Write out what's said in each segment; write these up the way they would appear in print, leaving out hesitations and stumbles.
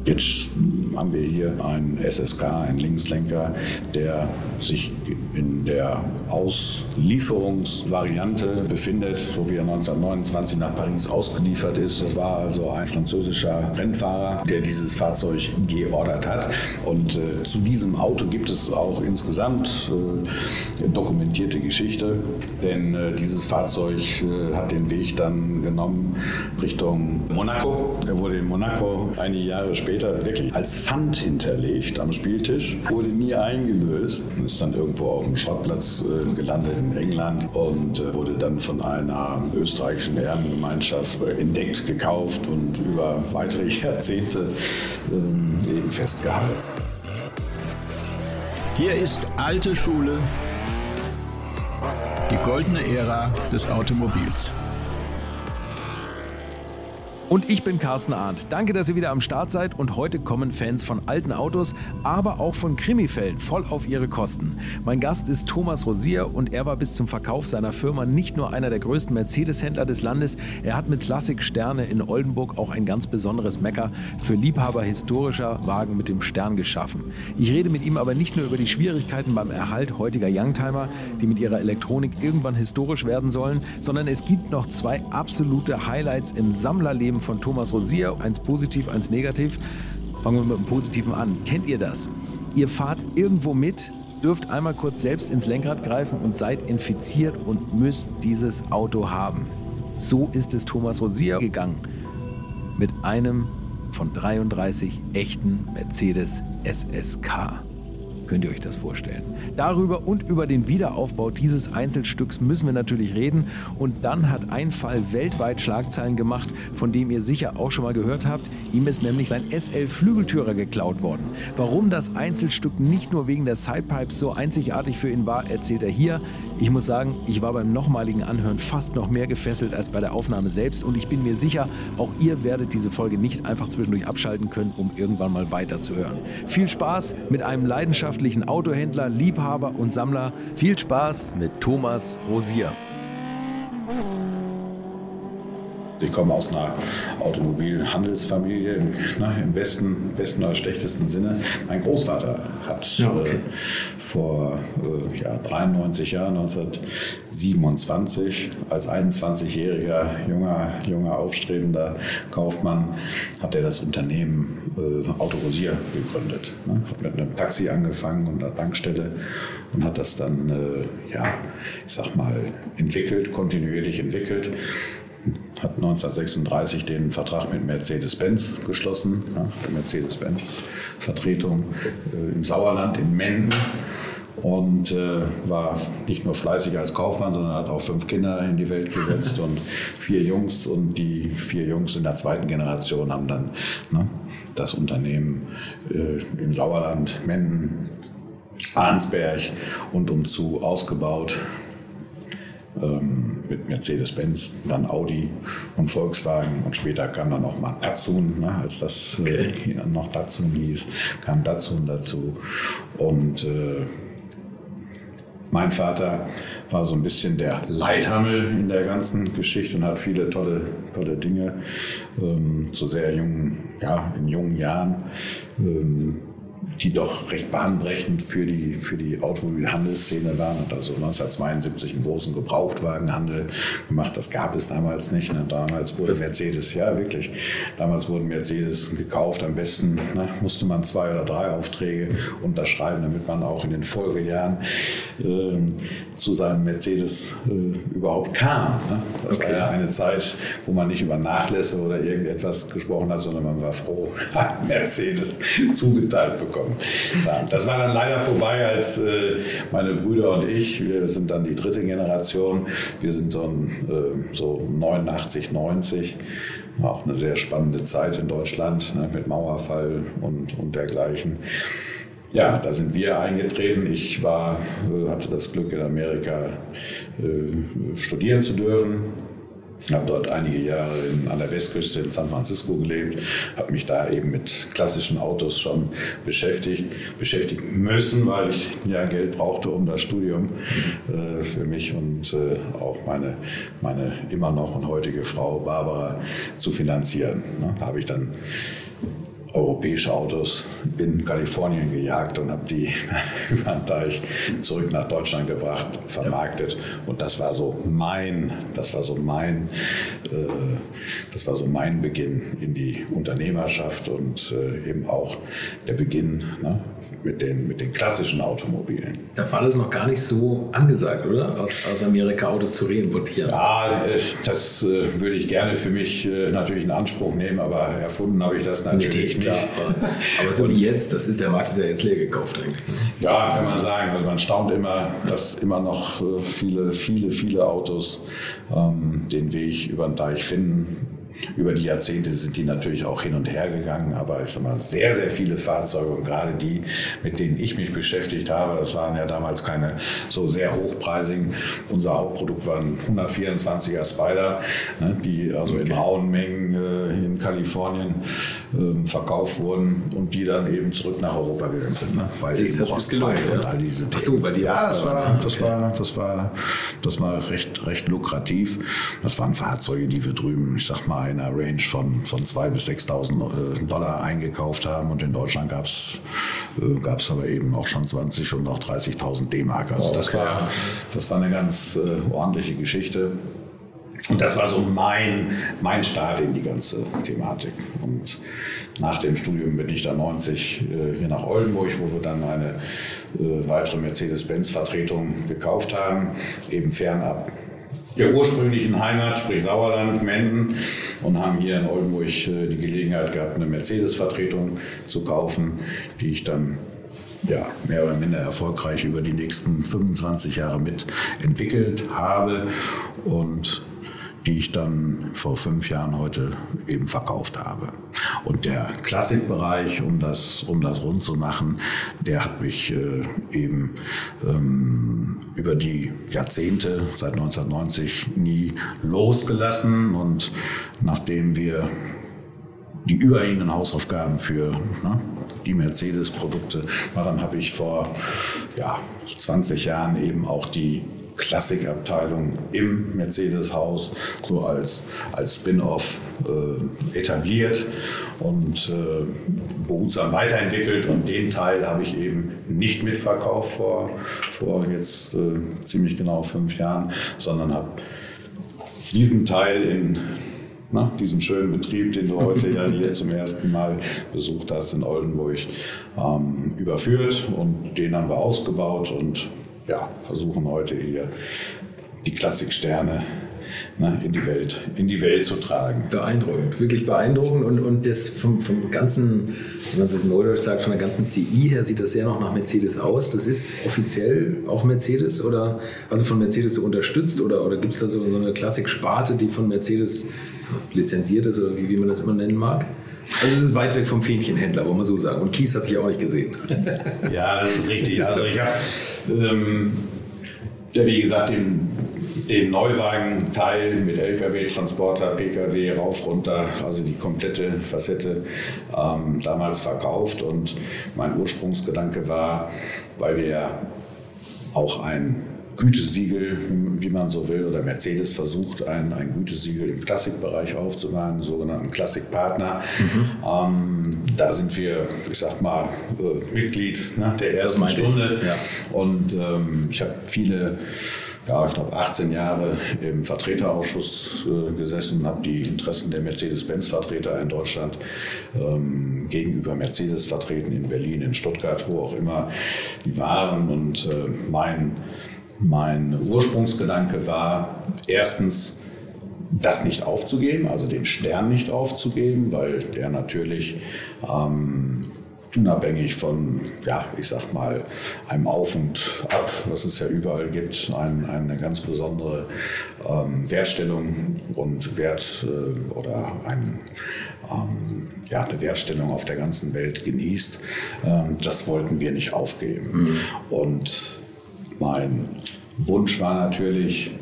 Jetzt haben wir hier einen SSK, einen Linkslenker, der sich in der Auslieferungsvariante befindet, so wie er 1929 nach Paris ausgeliefert ist. Das war also ein französischer Rennfahrer, der dieses Fahrzeug geordert hat. Und zu diesem Auto gibt es auch insgesamt dokumentierte Geschichte, denn dieses Fahrzeug hat den Weg dann genommen Richtung Monaco. Er wurde in Monaco einige Jahre später wirklich als Pfand hinterlegt am Spieltisch, wurde nie eingelöst, ist dann irgendwo auf dem Schrottplatz gelandet in England und wurde dann von einer österreichischen Erbengemeinschaft entdeckt, gekauft und über weitere Jahrzehnte eben festgehalten. Hier ist alte Schule, die goldene Ära des Automobils. Und ich bin Carsten Arndt. Danke, dass ihr wieder am Start seid und heute kommen Fans von alten Autos, aber auch von Krimifällen voll auf ihre Kosten. Mein Gast ist Thomas Rosier und er war bis zum Verkauf seiner Firma nicht nur einer der größten Mercedes-Händler des Landes, er hat mit Klassik Sterne in Oldenburg auch ein ganz besonderes Mekka für Liebhaber historischer Wagen mit dem Stern geschaffen. Ich rede mit ihm aber nicht nur über die Schwierigkeiten beim Erhalt heutiger Youngtimer, die mit ihrer Elektronik irgendwann historisch werden sollen, sondern es gibt noch zwei absolute Highlights im Sammlerleben von Thomas Rosier, eins positiv, eins negativ. Fangen wir mit dem Positiven an. Kennt ihr das? Ihr fahrt irgendwo mit, dürft einmal kurz selbst ins Lenkrad greifen und seid infiziert und müsst dieses Auto haben. So ist es Thomas Rosier gegangen. Mit einem von 33 echten Mercedes SSK. Könnt ihr euch das vorstellen? Darüber und über den Wiederaufbau dieses Einzelstücks müssen wir natürlich reden. Und dann hat ein Fall weltweit Schlagzeilen gemacht, von dem ihr sicher auch schon mal gehört habt. Ihm ist nämlich sein SL-Flügeltürer geklaut worden. Warum das Einzelstück nicht nur wegen der Sidepipes so einzigartig für ihn war, erzählt er hier. Ich muss sagen, ich war beim nochmaligen Anhören fast noch mehr gefesselt als bei der Aufnahme selbst. Und ich bin mir sicher, auch ihr werdet diese Folge nicht einfach zwischendurch abschalten können, um irgendwann mal weiterzuhören. Viel Spaß mit einem leidenschaftlichen Autohändler, Liebhaber und Sammler. Viel Spaß mit Thomas Rosier. Ich komme aus einer Automobilhandelsfamilie im besten oder schlechtesten Sinne. Mein Großvater hat vor 93 Jahren, 1927, als 21-jähriger junger aufstrebender Kaufmann, hat er das Unternehmen Auto Rosier gegründet. Hat mit einem Taxi angefangen und einer Tankstelle und hat das dann, kontinuierlich entwickelt. Hat 1936 den Vertrag mit Mercedes-Benz geschlossen, die Mercedes-Benz-Vertretung im Sauerland, in Menden. Und war nicht nur fleißig als Kaufmann, sondern hat auch 5 Kinder in die Welt gesetzt und 4 Jungs. Und die 4 Jungs in der zweiten Generation haben dann das Unternehmen im Sauerland, Menden, Arnsberg und umzu ausgebaut. Mit Mercedes-Benz, dann Audi und Volkswagen und später kam dann auch mal Datsun, als das noch Datsun hieß, kam Datsun dazu. Und mein Vater war so ein bisschen der Leithammel in der ganzen Geschichte und hat viele tolle Dinge zu sehr in jungen Jahren, die doch recht bahnbrechend für die Automobilhandelsszene waren. Und also 1972 einen großen Gebrauchtwagenhandel gemacht. Das gab es damals nicht. Damals wurde damals wurden Mercedes gekauft. Am besten musste man 2 oder 3 Aufträge unterschreiben, damit man auch in den Folgejahren zu seinem Mercedes überhaupt kam. Das war ja eine Zeit, wo man nicht über Nachlässe oder irgendetwas gesprochen hat, sondern man war froh, Mercedes zugeteilt bekommen. Das war dann leider vorbei, als meine Brüder und ich, wir sind dann die 3. Generation, wir sind so 89, 90, auch eine sehr spannende Zeit in Deutschland, mit Mauerfall und dergleichen. Ja, da sind wir eingetreten. Ich hatte das Glück, in Amerika studieren zu dürfen. Ich habe dort einige Jahre an der Westküste in San Francisco gelebt, habe mich da eben mit klassischen Autos schon beschäftigen müssen, weil ich Geld brauchte, um das Studium für mich und auch meine immer noch und heutige Frau Barbara zu finanzieren. Da habe ich dann europäische Autos in Kalifornien gejagt und habe die über den Teich zurück nach Deutschland gebracht, vermarktet. Und das war so mein Beginn in die Unternehmerschaft und eben auch der Beginn, ne, mit den klassischen Automobilen. Da war das noch gar nicht so angesagt, oder? Aus Amerika Autos zu reimportieren. Ja, das würde ich gerne für mich natürlich in Anspruch nehmen, aber erfunden habe ich das natürlich nicht. Aber so wie jetzt, der Markt ist ja jetzt leer gekauft eigentlich. Ne? Ja, kann man sagen. Also man staunt immer, dass immer noch viele Autos den Weg über den Teich finden. Über die Jahrzehnte sind die natürlich auch hin und her gegangen, aber ich sag mal, sehr, sehr viele Fahrzeuge und gerade die, mit denen ich mich beschäftigt habe, das waren ja damals keine so sehr hochpreisigen. Unser Hauptprodukt waren 124er Spider, ne, die also in rauen Mengen in Kalifornien verkauft wurden und die dann eben zurück nach Europa gegangen sind, ne, weil eben rostfrei und all diese Dinge. Ach so, bei dir. Ja, das war recht lukrativ. Das waren Fahrzeuge, die wir drüben, ich sag mal, in einer Range von 2.000 bis 6.000 Dollar eingekauft haben und in Deutschland gab es aber eben auch schon 20.000 und auch 30.000 D-Mark. Also das war eine ganz ordentliche Geschichte. Und das war so mein Start in die ganze Thematik. Und nach dem Studium bin ich dann 90 hier nach Oldenburg, wo wir dann eine weitere Mercedes-Benz-Vertretung gekauft haben, eben fernab der ursprünglichen Heimat, sprich Sauerland, Menden, und haben hier in Oldenburg die Gelegenheit gehabt, eine Mercedes-Vertretung zu kaufen, die ich dann mehr oder minder erfolgreich über die nächsten 25 Jahre mitentwickelt habe und die ich dann vor 5 Jahren heute eben verkauft habe. Und der Klassikbereich, um das rund zu machen, der hat mich eben über die Jahrzehnte, seit 1990, nie losgelassen. Und nachdem wir die überwiegenden Hausaufgaben für die Mercedes-Produkte machen, habe ich vor 20 Jahren eben auch die Klassikabteilung im Mercedes-Haus so als Spin-off etabliert und behutsam weiterentwickelt. Und den Teil habe ich eben nicht mitverkauft vor jetzt ziemlich genau 5 Jahren, sondern habe diesen Teil in diesen schönen Betrieb, den du heute ja hier zum ersten Mal besucht hast in Oldenburg, überführt, und den haben wir ausgebaut und versuchen heute hier die Klassiksterne in die Welt zu tragen. Beeindruckend, wirklich beeindruckend, und das vom ganzen, wenn man so neudeutsch sagt, von der ganzen CI her sieht das sehr noch nach Mercedes aus. Das ist offiziell auch Mercedes, oder also von Mercedes so unterstützt, oder gibt es da so eine Klassiksparte, die von Mercedes so lizenziert ist, oder wie man das immer nennen mag? Also das ist weit weg vom Fähnchenhändler, wollen wir so sagen. Und Kies habe ich auch nicht gesehen. Ja, das ist richtig. Also ich habe, wie gesagt, den Neuwagen-Teil mit LKW, Transporter, PKW, rauf, runter, also die komplette Facette damals verkauft. Und mein Ursprungsgedanke war, weil wir ja auch ein Gütesiegel, wie man so will, oder Mercedes versucht, ein Gütesiegel im Klassikbereich aufzubauen, einen sogenannten Klassikpartner. Da sind wir, ich sag mal, Mitglied der ersten Stunde. Ja. Und ich habe viele, ich glaube 18 Jahre im Vertreterausschuss gesessen, habe die Interessen der Mercedes-Benz-Vertreter in Deutschland gegenüber Mercedes vertreten, in Berlin, in Stuttgart, wo auch immer die waren. Und mein Ursprungsgedanke war, erstens, das nicht aufzugeben, also den Stern nicht aufzugeben, weil der natürlich unabhängig von, ich sag mal, einem Auf und Ab, was es ja überall gibt, eine ganz besondere Wertstellung und eine Wertstellung auf der ganzen Welt genießt. Das wollten wir nicht aufgeben. Und mein Wunsch war natürlich,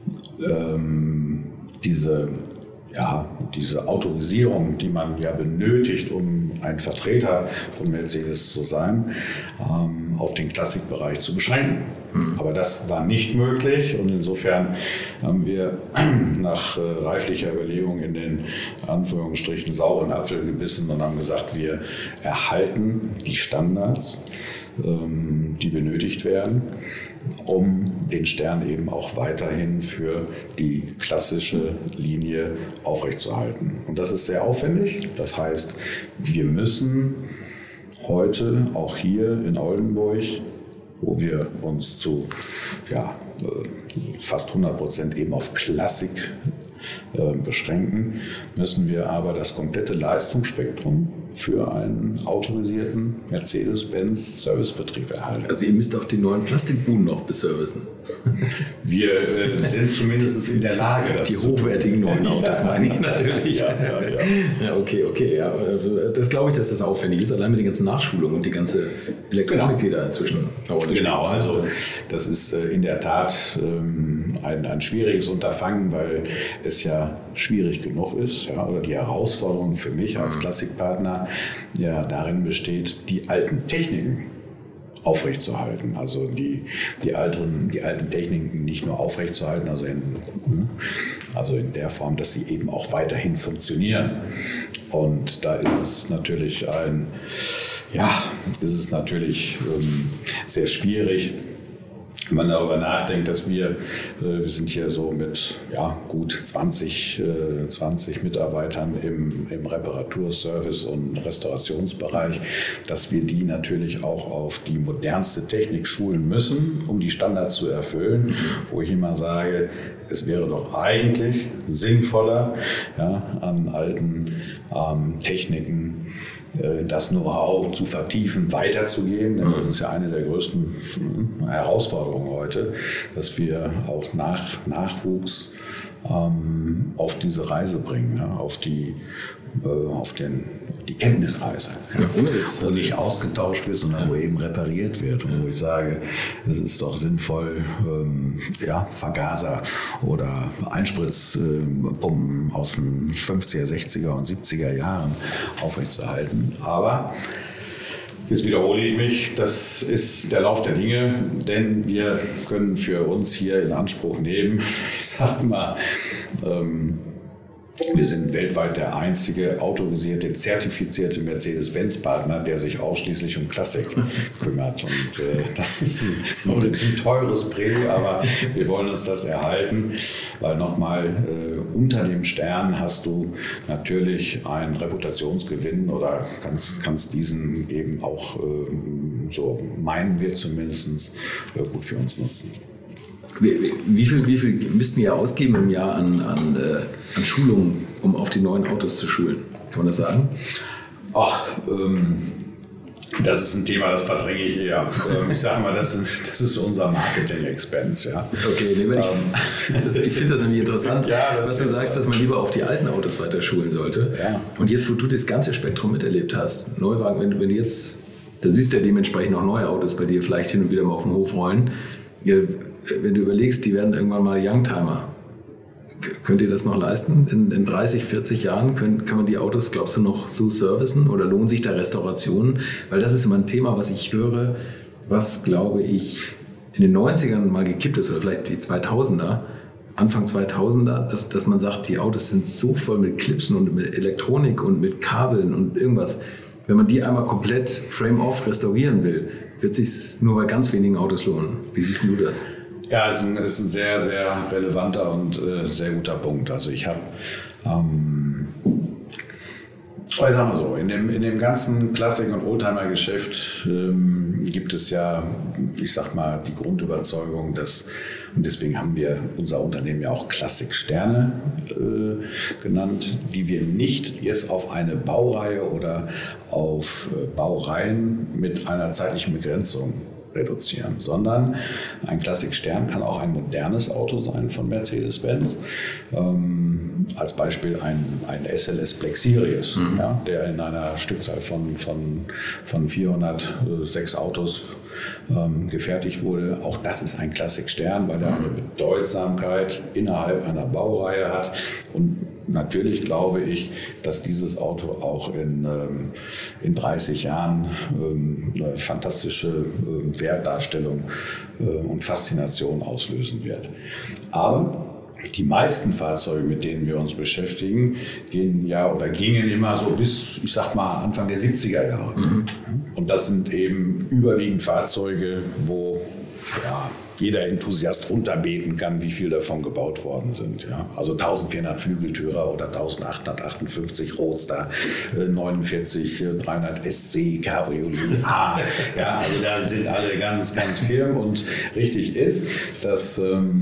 diese Autorisierung, die man ja benötigt, um ein Vertreter von Mercedes zu sein, auf den Klassikbereich zu beschränken. Aber das war nicht möglich und insofern haben wir nach reiflicher Überlegung in den Anführungsstrichen sauren Apfel gebissen und haben gesagt, wir erhalten die Standards, die benötigt werden, um den Stern eben auch weiterhin für die klassische Linie aufrechtzuerhalten. Und das ist sehr aufwendig. Das heißt, wir müssen heute auch hier in Oldenburg, wo wir uns zu fast 100% eben auf Klassik beschränken, müssen wir aber das komplette Leistungsspektrum für einen autorisierten Mercedes-Benz Servicebetrieb erhalten. Also ihr müsst auch die neuen Plastikbuden noch beservicen. Wir sind zumindest in der Lage, das die hochwertigen neuen Autos, meine ich natürlich. Ja. Okay. Ja. Das glaube ich, dass das aufwendig ist, allein mit den ganzen Nachschulungen und die ganze Elektronik, die da inzwischen eine Rolle spielt. Genau, also das ist in der Tat ein schwieriges Unterfangen, weil es ja schwierig genug ist, oder die Herausforderung für mich als Klassikpartner ja darin besteht, die alten Techniken aufrechtzuerhalten. Also die alten Techniken nicht nur aufrechtzuerhalten, also in der Form, dass sie eben auch weiterhin funktionieren. Und da ist es natürlich sehr schwierig, wenn man darüber nachdenkt, dass wir sind hier so mit gut 20 Mitarbeitern im Reparaturservice und Restaurationsbereich, dass wir die natürlich auch auf die modernste Technik schulen müssen, um die Standards zu erfüllen, wo ich immer sage, es wäre doch eigentlich sinnvoller, an alten Techniken das Know-how zu vertiefen, weiterzugeben, denn das ist ja eine der größten Herausforderungen heute, dass wir auch Nachwuchs auf diese Reise bringen, auf die Kenntnisreise. Wo nicht ausgetauscht wird, sondern wo eben repariert wird. Und wo ich sage, es ist doch sinnvoll, Vergaser oder Einspritzpumpen aus den 50er, 60er und 70er Jahren aufrechtzuerhalten. Aber jetzt wiederhole ich mich, das ist der Lauf der Dinge, denn wir können für uns hier in Anspruch nehmen, ich sage mal, wir sind weltweit der einzige autorisierte, zertifizierte Mercedes-Benz-Partner, der sich ausschließlich um Klassik kümmert. Und das ist ein teures Prä, aber wir wollen uns das erhalten, weil nochmal unter dem Stern hast du natürlich einen Reputationsgewinn oder kannst diesen eben auch, so meinen wir zumindest, gut für uns nutzen. Wie viel müssten ihr ausgeben im Jahr an Schulungen, um auf die neuen Autos zu schulen? Kann man das sagen? Das ist ein Thema, das verdränge ich eher. Ich sage mal, das ist unser Marketing-Expense. Ja. Okay, ich finde das nämlich interessant, was du sagst, dass man lieber auf die alten Autos weiter schulen sollte. Ja. Und jetzt, wo du das ganze Spektrum miterlebt hast, Neuwagen, wenn du jetzt, dann siehst du ja dementsprechend auch neue Autos bei dir vielleicht hin und wieder mal auf den Hof rollen. Wenn du überlegst, die werden irgendwann mal Youngtimer. Könnt ihr das noch leisten? In 30, 40 Jahren kann man die Autos, glaubst du, noch so servicen oder lohnen sich da Restaurationen? Weil das ist immer ein Thema, was ich höre, was, glaube ich, in den 90ern mal gekippt ist oder vielleicht die 2000er, Anfang 2000er, dass man sagt, die Autos sind so voll mit Clipsen und mit Elektronik und mit Kabeln und irgendwas. Wenn man die einmal komplett frame-off restaurieren will, wird es sich nur bei ganz wenigen Autos lohnen. Wie siehst du das? Ja, es ist ein sehr, sehr relevanter und sehr guter Punkt. Also ich habe, ich sag mal so, in dem ganzen Klassik- und Oldtimer-Geschäft gibt es ja, ich sag mal, die Grundüberzeugung, dass, und deswegen haben wir unser Unternehmen ja auch Klassik-Sterne genannt, die wir nicht jetzt auf eine Baureihe oder auf Baureihen mit einer zeitlichen Begrenzung reduzieren, sondern ein Klassik-Stern kann auch ein modernes Auto sein von Mercedes-Benz. als Beispiel ein SLS Black Series, ja, der in einer Stückzahl von 406 Autos gefertigt wurde. Auch das ist ein Klassikstern, weil er eine Bedeutsamkeit innerhalb einer Baureihe hat. Und natürlich glaube ich, dass dieses Auto auch in 30 Jahren eine fantastische Wertdarstellung und Faszination auslösen wird. Aber die meisten Fahrzeuge, mit denen wir uns beschäftigen, gingen immer so bis, ich sag mal, Anfang der 70er Jahre. Und das sind eben überwiegend Fahrzeuge, wo jeder Enthusiast runterbeten kann, wie viel davon gebaut worden sind. Ja. Also 1400 Flügeltürer oder 1858 Roadster, 49 300 SC Cabriolet A. Ja, also da sind alle ganz, ganz firm. Und richtig ist, dass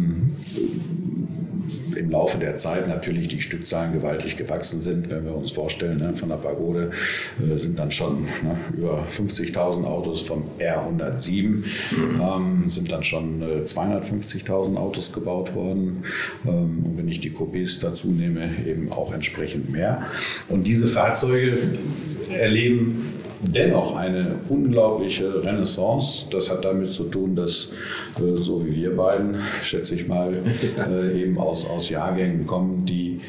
im Laufe der Zeit natürlich die Stückzahlen gewaltig gewachsen sind. Wenn wir uns vorstellen, von der Pagode sind dann schon über 50.000 Autos, vom R107 sind dann schon 250.000 Autos gebaut worden. Und wenn ich die Coupés dazu nehme, eben auch entsprechend mehr. Und diese Fahrzeuge erleben dennoch eine unglaubliche Renaissance. Das hat damit zu tun, dass so wie wir beiden, schätze ich mal, eben aus Jahrgängen kommen,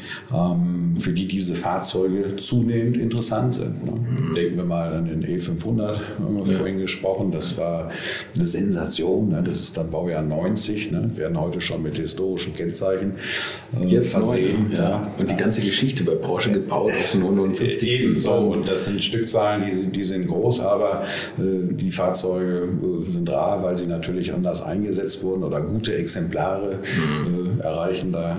für die diese Fahrzeuge zunehmend interessant sind. Ne? Denken wir mal an den E500, haben wir vorhin gesprochen, das war eine Sensation. Ne? Das ist dann Baujahr 90, werden heute schon mit historischen Kennzeichen versehen. Ja. Und die ganze Geschichte bei Porsche gebaut auf 59. Ebenso. Und das sind Stückzahlen, die sind groß, aber die Fahrzeuge sind rar, weil sie natürlich anders eingesetzt wurden oder gute Exemplare erreichen da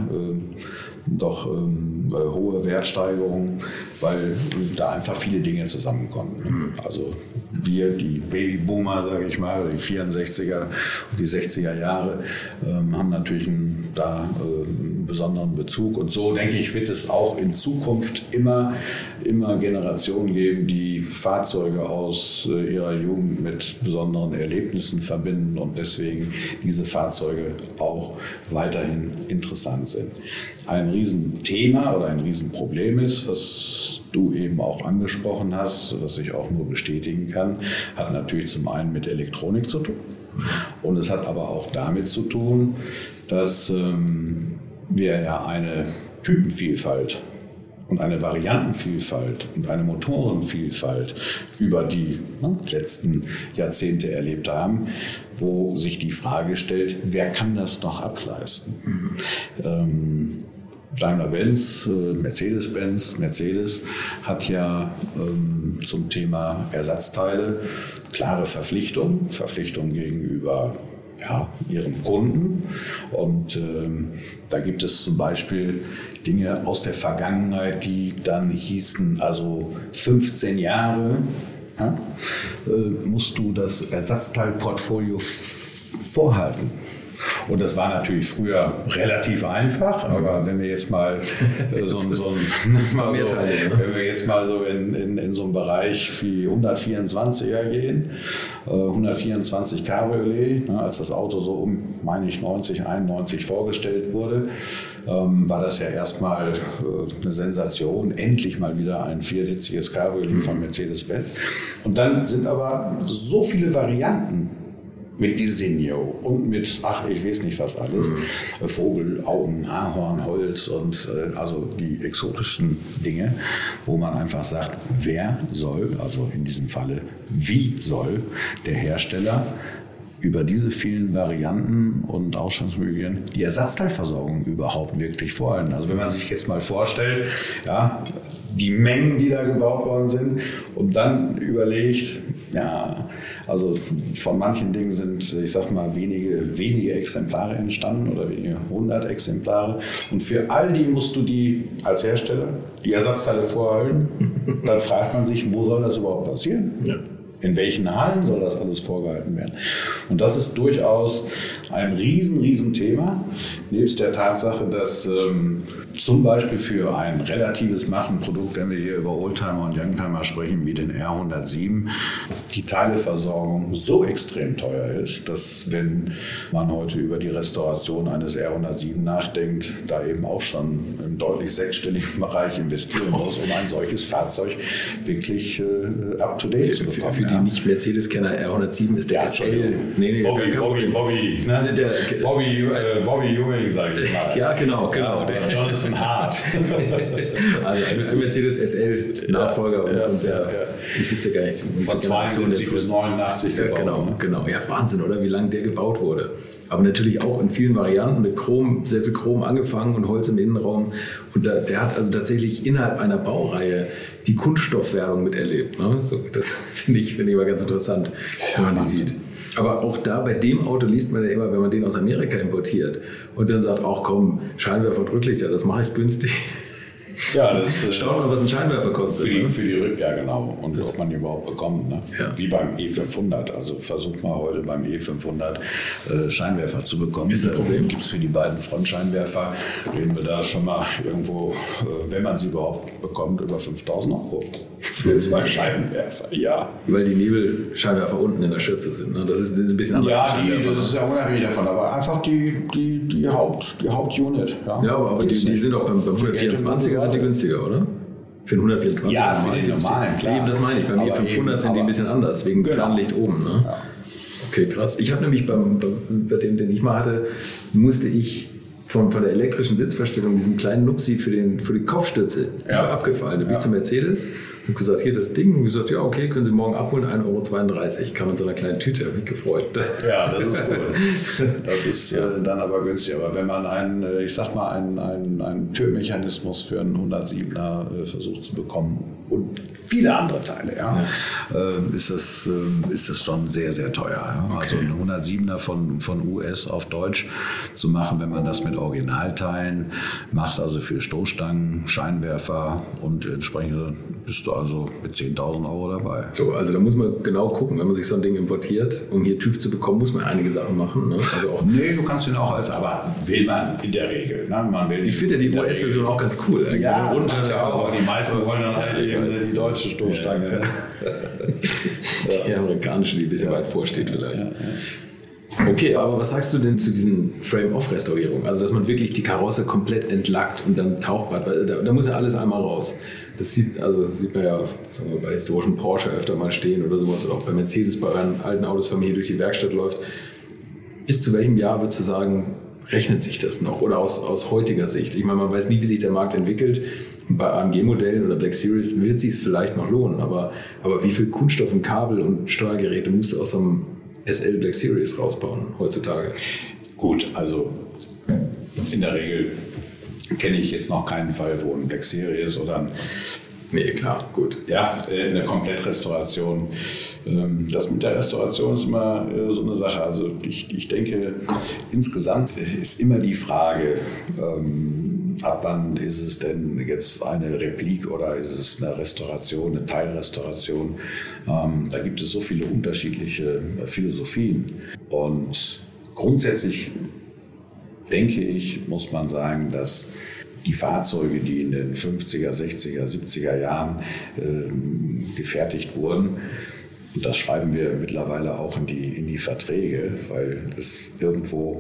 doch hohe Wertsteigerungen, weil da einfach viele Dinge zusammenkommen. Also wir, die Babyboomer, sage ich mal, die 64er und die 60er Jahre, haben natürlich einen besonderen Bezug. Und so, denke ich, wird es auch in Zukunft immer Generationen geben, die Fahrzeuge aus ihrer Jugend mit besonderen Erlebnissen verbinden und deswegen diese Fahrzeuge auch weiterhin interessant sind. Ein Riesenthema oder ein Riesenproblem ist, was du eben auch angesprochen hast, was ich auch nur bestätigen kann, hat natürlich zum einen mit Elektronik zu tun und es hat aber auch damit zu tun, dass wir ja eine Typenvielfalt und eine Variantenvielfalt und eine Motorenvielfalt über die letzten Jahrzehnte erlebt haben, wo sich die Frage stellt, wer kann das noch ableisten? Daimler-Benz, Mercedes-Benz, Mercedes hat ja zum Thema Ersatzteile klare Verpflichtungen gegenüber ihren Kunden. Und da gibt es zum Beispiel Dinge aus der Vergangenheit, die dann hießen, also 15 Jahre musst du das Ersatzteilportfolio vorhalten. Und das war natürlich früher relativ einfach, aber wenn wir jetzt mal in so einen Bereich wie 124er gehen, 124 Cabriolet, als das Auto so meine ich 90, 91 vorgestellt wurde, war das ja erstmal eine Sensation, endlich mal wieder ein viersitziges Cabriolet von Mercedes-Benz. Und dann sind aber so viele Varianten mit Designo und mit, ich weiß nicht was alles, Vogel, Augen, Ahorn, Holz und also die exotischen Dinge, wo man einfach sagt, wer soll, also in diesem Falle, wie soll der Hersteller über diese vielen Varianten und Ausstattungsmöglichkeiten die Ersatzteilversorgung überhaupt wirklich vorhalten. Also wenn man sich jetzt mal vorstellt, die Mengen, die da gebaut worden sind und dann überlegt, also von manchen Dingen sind, ich sag mal, wenige Exemplare entstanden oder wenige 100 Exemplare. Und für all die musst du als Hersteller die Ersatzteile vorhalten. Dann fragt man sich, wo soll das überhaupt passieren? Ja. in welchen Hallen soll das alles vorgehalten werden? Und das ist durchaus ein riesen Thema, nebst der Tatsache, dass zum Beispiel für ein relatives Massenprodukt, wenn wir hier über Oldtimer und Youngtimer sprechen, wie den R107, die Teileversorgung so extrem teuer ist, dass wenn man heute über die Restauration eines R107 nachdenkt, da eben auch schon im deutlich sechsstelligen Bereich investieren muss, um ein solches Fahrzeug wirklich up-to-date zu bekommen. Für die Nicht-Mercedes-Kenner, R107 ist der SL. Bobby Ewing, sage ich mal. Ja, genau. Der Jonathan Hart. Also ein Mercedes SL-Nachfolger. Ich wüsste gar nicht. Von 72 bis 89 gebaut. Genau. Ja, Wahnsinn, oder? Wie lange der gebaut wurde. Aber natürlich auch in vielen Varianten mit Chrom, sehr viel Chrom angefangen und Holz im Innenraum. Und der hat also tatsächlich innerhalb einer Baureihe die Kunststoffwerbung miterlebt. Ne? So, das finde ich immer ganz interessant, wenn man die sieht. Aber auch da bei dem Auto liest man ja immer, wenn man den aus Amerika importiert und dann sagt, auch komm, Scheinwerfer und Rücklichter, das mache ich günstig. Ja, das schaut mal, was ein Scheinwerfer kostet. Für die Rückkehr, genau. Und ob man die überhaupt bekommt. Ne? Ja. Wie beim E500. Also versucht mal heute beim E500 Scheinwerfer zu bekommen. Ist ein Problem. Gibt es für die beiden Frontscheinwerfer, reden wir da schon mal irgendwo, wenn man sie überhaupt bekommt, über 5.000 € für 2 Scheinwerfer. Ja. Weil die Nebelscheinwerfer unten in der Schürze sind. Ne? Das ist ein bisschen anders. Ja, das ist ja unabhängig davon. Aber einfach die Hauptunit. Ja, aber die sind auch beim 124er sind die günstiger, oder? Für den 124er. Ja, für den normalen, klar. Eben, das meine ich. Beim E500 sind die ein bisschen anders, wegen Fernlicht oben. Ne? Ja. Okay, krass. Ich habe nämlich bei dem, den ich mal hatte, musste ich von der elektrischen Sitzverstellung diesen kleinen Nupsi für die Kopfstütze, die war abgefallen. Da bin ich zu Mercedes und gesagt, hier das Ding. Und gesagt, ja, okay, können Sie morgen abholen, 1,32 €. Kam in so einer kleinen Tüte, habe mich gefreut. Ja, das ist gut. Das ist dann aber günstig. Aber wenn man einen Türmechanismus für einen 107er versucht zu bekommen und viele andere Teile, ist das schon sehr, sehr teuer. Ja? Okay. Also einen 107er von US auf Deutsch zu machen, wenn man das mit Originalteilen macht, also für Stoßstangen, Scheinwerfer und entsprechend bist du also mit 10.000 € dabei. So, also da muss man genau gucken, wenn man sich so ein Ding importiert, um hier TÜV zu bekommen, muss man einige Sachen machen. Ne? Also auch nee, du kannst ihn auch aber will man in der Regel. Ne? Ich finde ja die US-Version auch ganz cool. Ja, aber die meisten wollen dann halt eben die deutsche Stoßstange. Ja. Die amerikanische, die ein bisschen weit vorsteht vielleicht. Ja. Okay, aber was sagst du denn zu diesen Frame-Off-Restaurierungen? Also, dass man wirklich die Karosse komplett entlackt und dann Tauchbad, da muss ja alles einmal raus. Das sieht man ja, sagen wir, bei historischen Porsche öfter mal stehen oder sowas, oder auch bei Mercedes, bei euren alten Autos, wenn man hier durch die Werkstatt läuft. Bis zu welchem Jahr würdest du sagen, rechnet sich das noch? Oder aus heutiger Sicht? Ich meine, man weiß nie, wie sich der Markt entwickelt. Bei AMG-Modellen oder Black Series wird es sich vielleicht noch lohnen, aber wie viel Kunststoff und Kabel und Steuergeräte musst du aus so einem SL Black Series rausbauen heutzutage? Gut, also in der Regel kenne ich jetzt noch keinen Fall, wo ein Black Series oder ein nee, klar, gut. Ja, eine Komplettrestauration. Das mit der Restauration ist immer so eine Sache. Also ich denke, insgesamt ist immer die Frage, ab wann ist es denn jetzt eine Replik oder ist es eine Restauration, eine Teilrestauration? Da gibt es so viele unterschiedliche Philosophien. Und grundsätzlich denke ich, muss man sagen, dass die Fahrzeuge, die in den 50er, 60er, 70er Jahren gefertigt wurden, und das schreiben wir mittlerweile auch in die Verträge, weil es irgendwo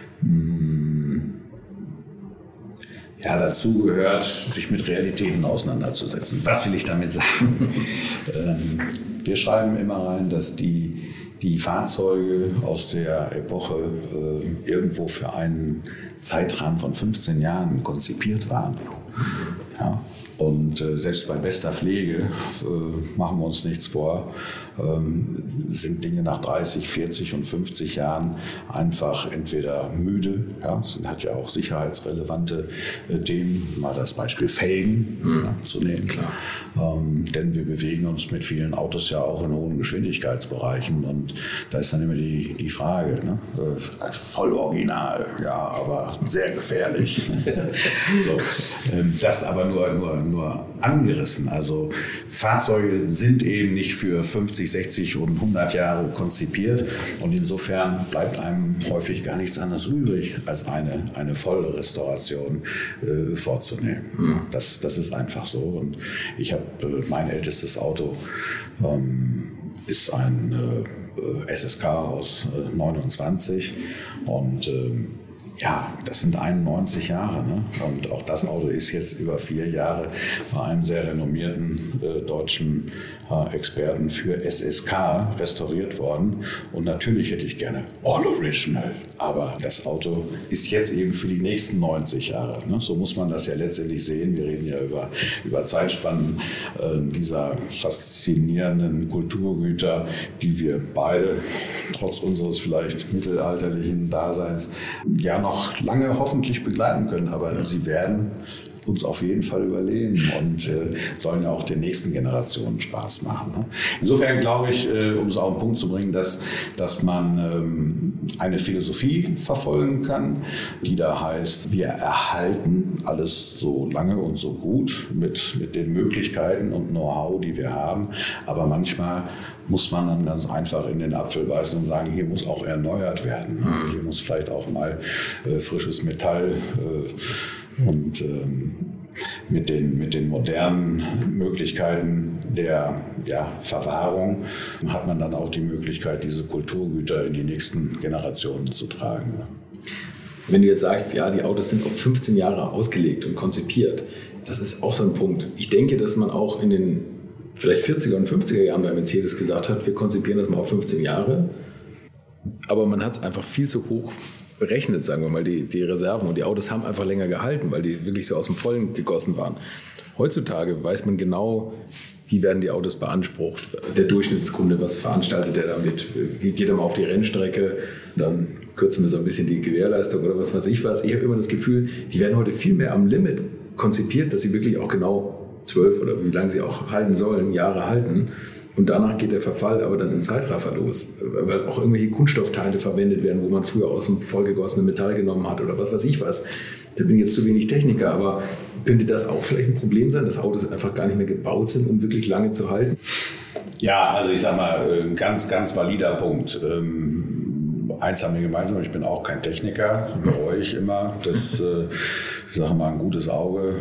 dazu gehört, sich mit Realitäten auseinanderzusetzen. Was will ich damit sagen? Wir schreiben immer rein, dass die Fahrzeuge aus der Epoche irgendwo für einen Zeitrahmen von 15 Jahren konzipiert waren. Ja. Und selbst bei bester Pflege, machen wir uns nichts vor, sind Dinge nach 30, 40 und 50 Jahren einfach entweder müde, ja, es hat ja auch sicherheitsrelevante Themen, mal das Beispiel Felgen zu nehmen. Klar. Denn wir bewegen uns mit vielen Autos ja auch in hohen Geschwindigkeitsbereichen und da ist dann immer die Frage, ne? Voll original, ja, aber sehr gefährlich. So, das aber nur nur angerissen. Also Fahrzeuge sind eben nicht für 50, 60 und 100 Jahre konzipiert und insofern bleibt einem häufig gar nichts anderes übrig, als eine volle Restauration vorzunehmen. Mhm. Das ist einfach so. Und ich habe mein ältestes Auto ist ein SSK aus 29 und das sind 91 Jahre. Ne? Und auch das Auto ist jetzt über 4 Jahre bei einem sehr renommierten deutschen Experten für SSK restauriert worden. Und natürlich hätte ich gerne All Original. Aber das Auto ist jetzt eben für die nächsten 90 Jahre. Ne? So muss man das ja letztendlich sehen. Wir reden ja über Zeitspannen dieser faszinierenden Kulturgüter, die wir beide trotz unseres vielleicht mittelalterlichen Daseins ja noch lange hoffentlich begleiten können. Aber sie werden uns auf jeden Fall überleben und sollen ja auch den nächsten Generationen Spaß machen. Ne? Insofern glaube ich, um es auf den Punkt zu bringen, dass man eine Philosophie verfolgen kann, die da heißt, wir erhalten alles so lange und so gut mit den Möglichkeiten und Know-how, die wir haben. Aber manchmal muss man dann ganz einfach in den Apfel beißen und sagen, hier muss auch erneuert werden. Hier muss vielleicht auch mal frisches Metall und mit den modernen Möglichkeiten der Verwahrung hat man dann auch die Möglichkeit, diese Kulturgüter in die nächsten Generationen zu tragen. Wenn du jetzt sagst, ja, die Autos sind auf 15 Jahre ausgelegt und konzipiert, das ist auch so ein Punkt. Ich denke, dass man auch in den vielleicht 40er und 50er Jahren bei Mercedes gesagt hat, wir konzipieren das mal auf 15 Jahre, aber man hat es einfach viel zu hoch berechnet, sagen wir mal, die Reserven, und die Autos haben einfach länger gehalten, weil die wirklich so aus dem Vollen gegossen waren. Heutzutage weiß man genau, wie werden die Autos beansprucht. Der Durchschnittskunde, was veranstaltet er damit? Geht er mal auf die Rennstrecke, dann kürzen wir so ein bisschen die Gewährleistung oder was weiß ich was. Ich habe immer das Gefühl, die werden heute viel mehr am Limit konzipiert, dass sie wirklich auch genau 12 oder wie lange sie auch halten sollen, Jahre halten. Und danach geht der Verfall aber dann im Zeitraffer los, weil auch irgendwelche Kunststoffteile verwendet werden, wo man früher aus dem vollgegossenen Metall genommen hat oder was weiß ich was. Da bin ich jetzt zu wenig Techniker, aber könnte das auch vielleicht ein Problem sein, dass Autos einfach gar nicht mehr gebaut sind, um wirklich lange zu halten? Ja, also ich sage mal, ein ganz, ganz valider Punkt. Eins haben wir gemeinsam, ich bin auch kein Techniker, bereue ich immer. Das, ich sage mal, ein gutes Auge.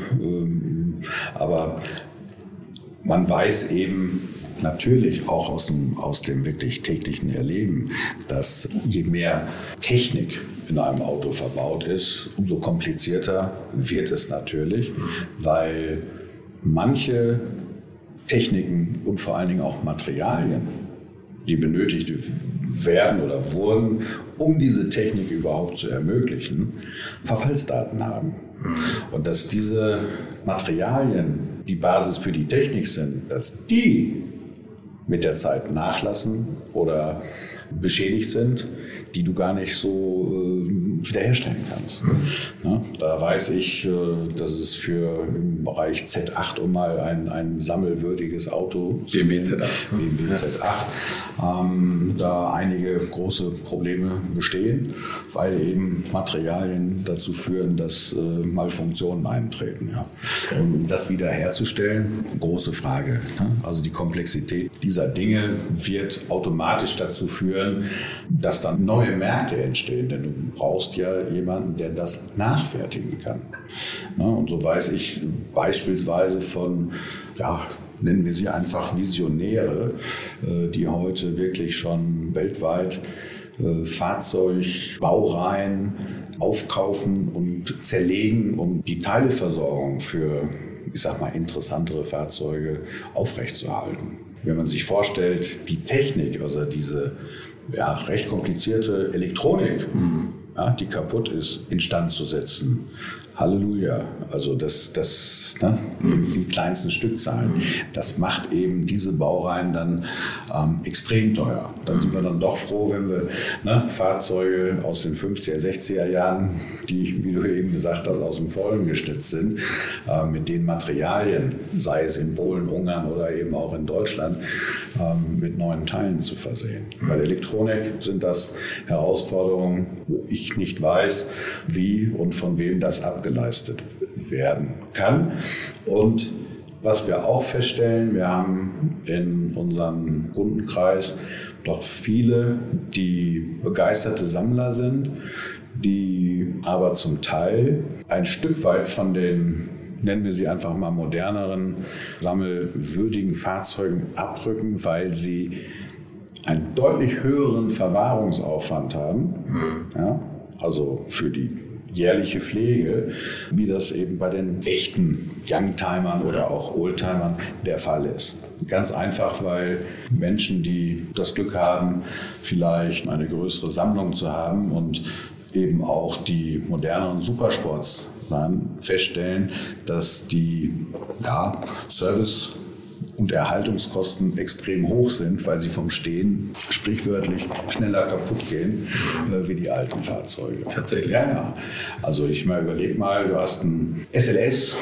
Aber man weiß eben, natürlich auch aus dem wirklich täglichen Erleben, dass je mehr Technik in einem Auto verbaut ist, umso komplizierter wird es natürlich, weil manche Techniken und vor allen Dingen auch Materialien, die benötigt werden oder wurden, um diese Technik überhaupt zu ermöglichen, Verfallsdaten haben. Und dass diese Materialien die Basis für die Technik sind, dass die mit der Zeit nachlassen oder beschädigt sind, die du gar nicht so wiederherstellen kannst. Ja, da weiß ich, dass es für im Bereich Z8, um mal ein sammelwürdiges Auto zu BMW Z8, da einige große Probleme bestehen, weil eben Materialien dazu führen, dass Malfunktionen eintreten. Ja. Um das wiederherzustellen, große Frage. Ne? Also die Komplexität dieser Dinge wird automatisch dazu führen, dass dann neue Märkte entstehen, denn du brauchst ja jemanden, der das nachfertigen kann. Ja, und so weiß ich beispielsweise von, nennen wir sie einfach Visionäre, die heute wirklich schon weltweit Fahrzeugbaureihen aufkaufen und zerlegen, um die Teileversorgung für, ich sag mal, interessantere Fahrzeuge aufrechtzuerhalten. Wenn man sich vorstellt, die Technik, also diese recht komplizierte Elektronik, die kaputt ist, instand zu setzen. Halleluja. Also das in kleinsten Stückzahlen. Das macht eben diese Baureihen dann extrem teuer. Dann sind wir dann doch froh, wenn wir Fahrzeuge aus den 50er, 60er Jahren, die, wie du eben gesagt hast, aus dem Vollen geschnitzt sind, mit den Materialien, sei es in Polen, Ungarn oder eben auch in Deutschland, mit neuen Teilen zu versehen. Bei der Elektronik sind das Herausforderungen, wo ich nicht weiß, wie und von wem das abgeleistet werden kann. Und was wir auch feststellen, wir haben in unserem Kundenkreis doch viele, die begeisterte Sammler sind, die aber zum Teil ein Stück weit von den, nennen wir sie einfach mal moderneren, sammelwürdigen Fahrzeugen abrücken, weil sie einen deutlich höheren Verwahrungsaufwand haben, ja, also für die jährliche Pflege, wie das eben bei den echten Youngtimern oder auch Oldtimern der Fall ist. Ganz einfach, weil Menschen, die das Glück haben, vielleicht eine größere Sammlung zu haben und eben auch die moderneren Supersports feststellen, dass die Service- und Erhaltungskosten extrem hoch sind, weil sie vom Stehen sprichwörtlich schneller kaputt gehen wie die alten Fahrzeuge. Tatsächlich? Ja. Also ich überleg mal, du hast ein SLS,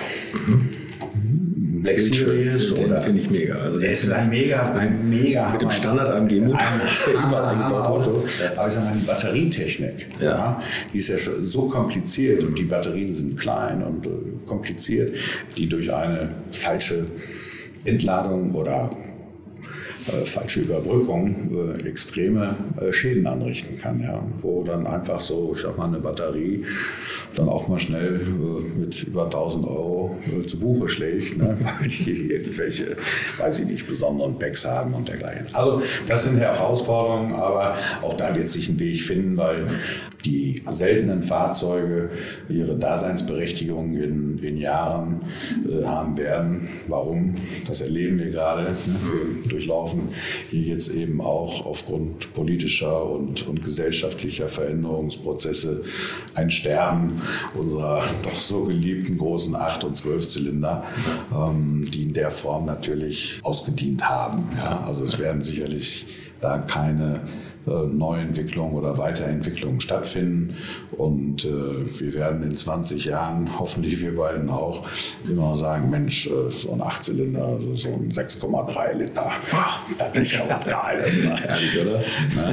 Black Series, den finde ich mega. Also der ist ein mega mit dem Standard-AMG-Motor. Ein Auto. Aber ich sage mal, die Batterietechnik, die ist ja schon so kompliziert und die Batterien sind klein und kompliziert, die durch eine falsche Entladung oder falsche Überbrückung extreme Schäden anrichten kann, ja, wo dann einfach so, ich sag mal, eine Batterie dann auch mal schnell mit über 1.000 Euro zu Buche schlägt, ne, weil die irgendwelche, weiß ich nicht, besonderen Packs haben und dergleichen. Also das sind Herausforderungen, aber auch da wird sich ein Weg finden, weil die seltenen Fahrzeuge ihre Daseinsberechtigung in Jahren haben werden. Warum? Das erleben wir gerade. Wir durchlaufen hier jetzt eben auch aufgrund politischer und gesellschaftlicher Veränderungsprozesse ein Sterben unserer doch so geliebten großen 8- und 12-Zylinder, die in der Form natürlich ausgedient haben. Ja? Also es werden sicherlich da keine Neuentwicklung oder Weiterentwicklung stattfinden. Und wir werden in 20 Jahren, hoffentlich wir beiden auch, immer noch sagen, Mensch, so ein 8-Zylinder, also so ein 6,3 Liter, das ist schon alles. Herrlich, oder?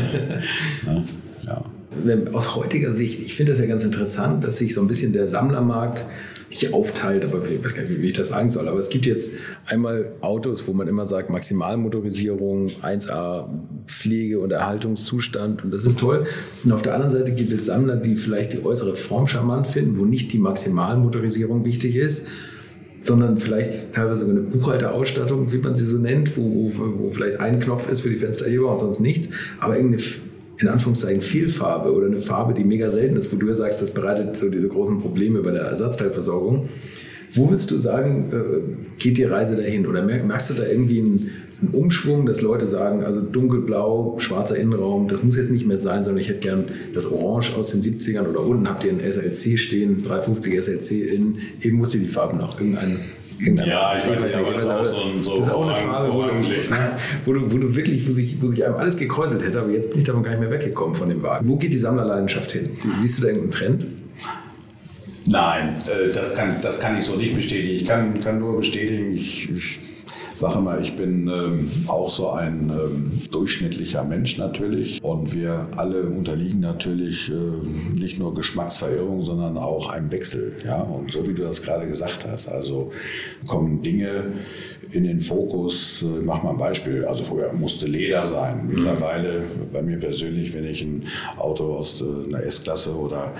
Ja. Aus heutiger Sicht, ich finde das ja ganz interessant, dass sich so ein bisschen der Sammlermarkt nicht aufteilt, aber ich weiß gar nicht, wie ich das sagen soll. Aber es gibt jetzt einmal Autos, wo man immer sagt, Maximalmotorisierung, 1A Pflege- und Erhaltungszustand und das ist toll. Und auf der anderen Seite gibt es Sammler, die vielleicht die äußere Form charmant finden, wo nicht die Maximalmotorisierung wichtig ist, sondern vielleicht teilweise sogar eine Buchhalterausstattung, wie man sie so nennt, wo vielleicht ein Knopf ist für die Fensterheber und sonst nichts, aber irgendeine in Anführungszeichen Vielfarbe oder eine Farbe, die mega selten ist, wo du ja sagst, das bereitet so diese großen Probleme bei der Ersatzteilversorgung. Wo würdest du sagen, geht die Reise dahin? Oder merkst du da irgendwie einen Umschwung, dass Leute sagen, also dunkelblau, schwarzer Innenraum, das muss jetzt nicht mehr sein, sondern ich hätte gern das Orange aus den 70ern oder unten habt ihr ein SLC stehen, 350 SLC innen, eben muss die Farben noch Ja, ich weiß nicht, aber das ist auch so ist auch eine Frage, wo du wirklich, wo sich einem alles gekräuselt hätte, aber jetzt bin ich davon gar nicht mehr weggekommen von dem Wagen. Wo geht die Sammlerleidenschaft hin? Siehst du da irgendeinen Trend? Nein, das kann ich so nicht bestätigen. Ich kann nur bestätigen, ich sage mal, ich bin auch so ein durchschnittlicher Mensch natürlich und wir alle unterliegen natürlich nicht nur Geschmacksverirrung, sondern auch einem Wechsel. Ja? Und so wie du das gerade gesagt hast, also kommen Dinge in den Fokus. Ich mache mal ein Beispiel, also vorher musste Leder sein. Mittlerweile bei mir persönlich, wenn ich ein Auto aus einer S-Klasse oder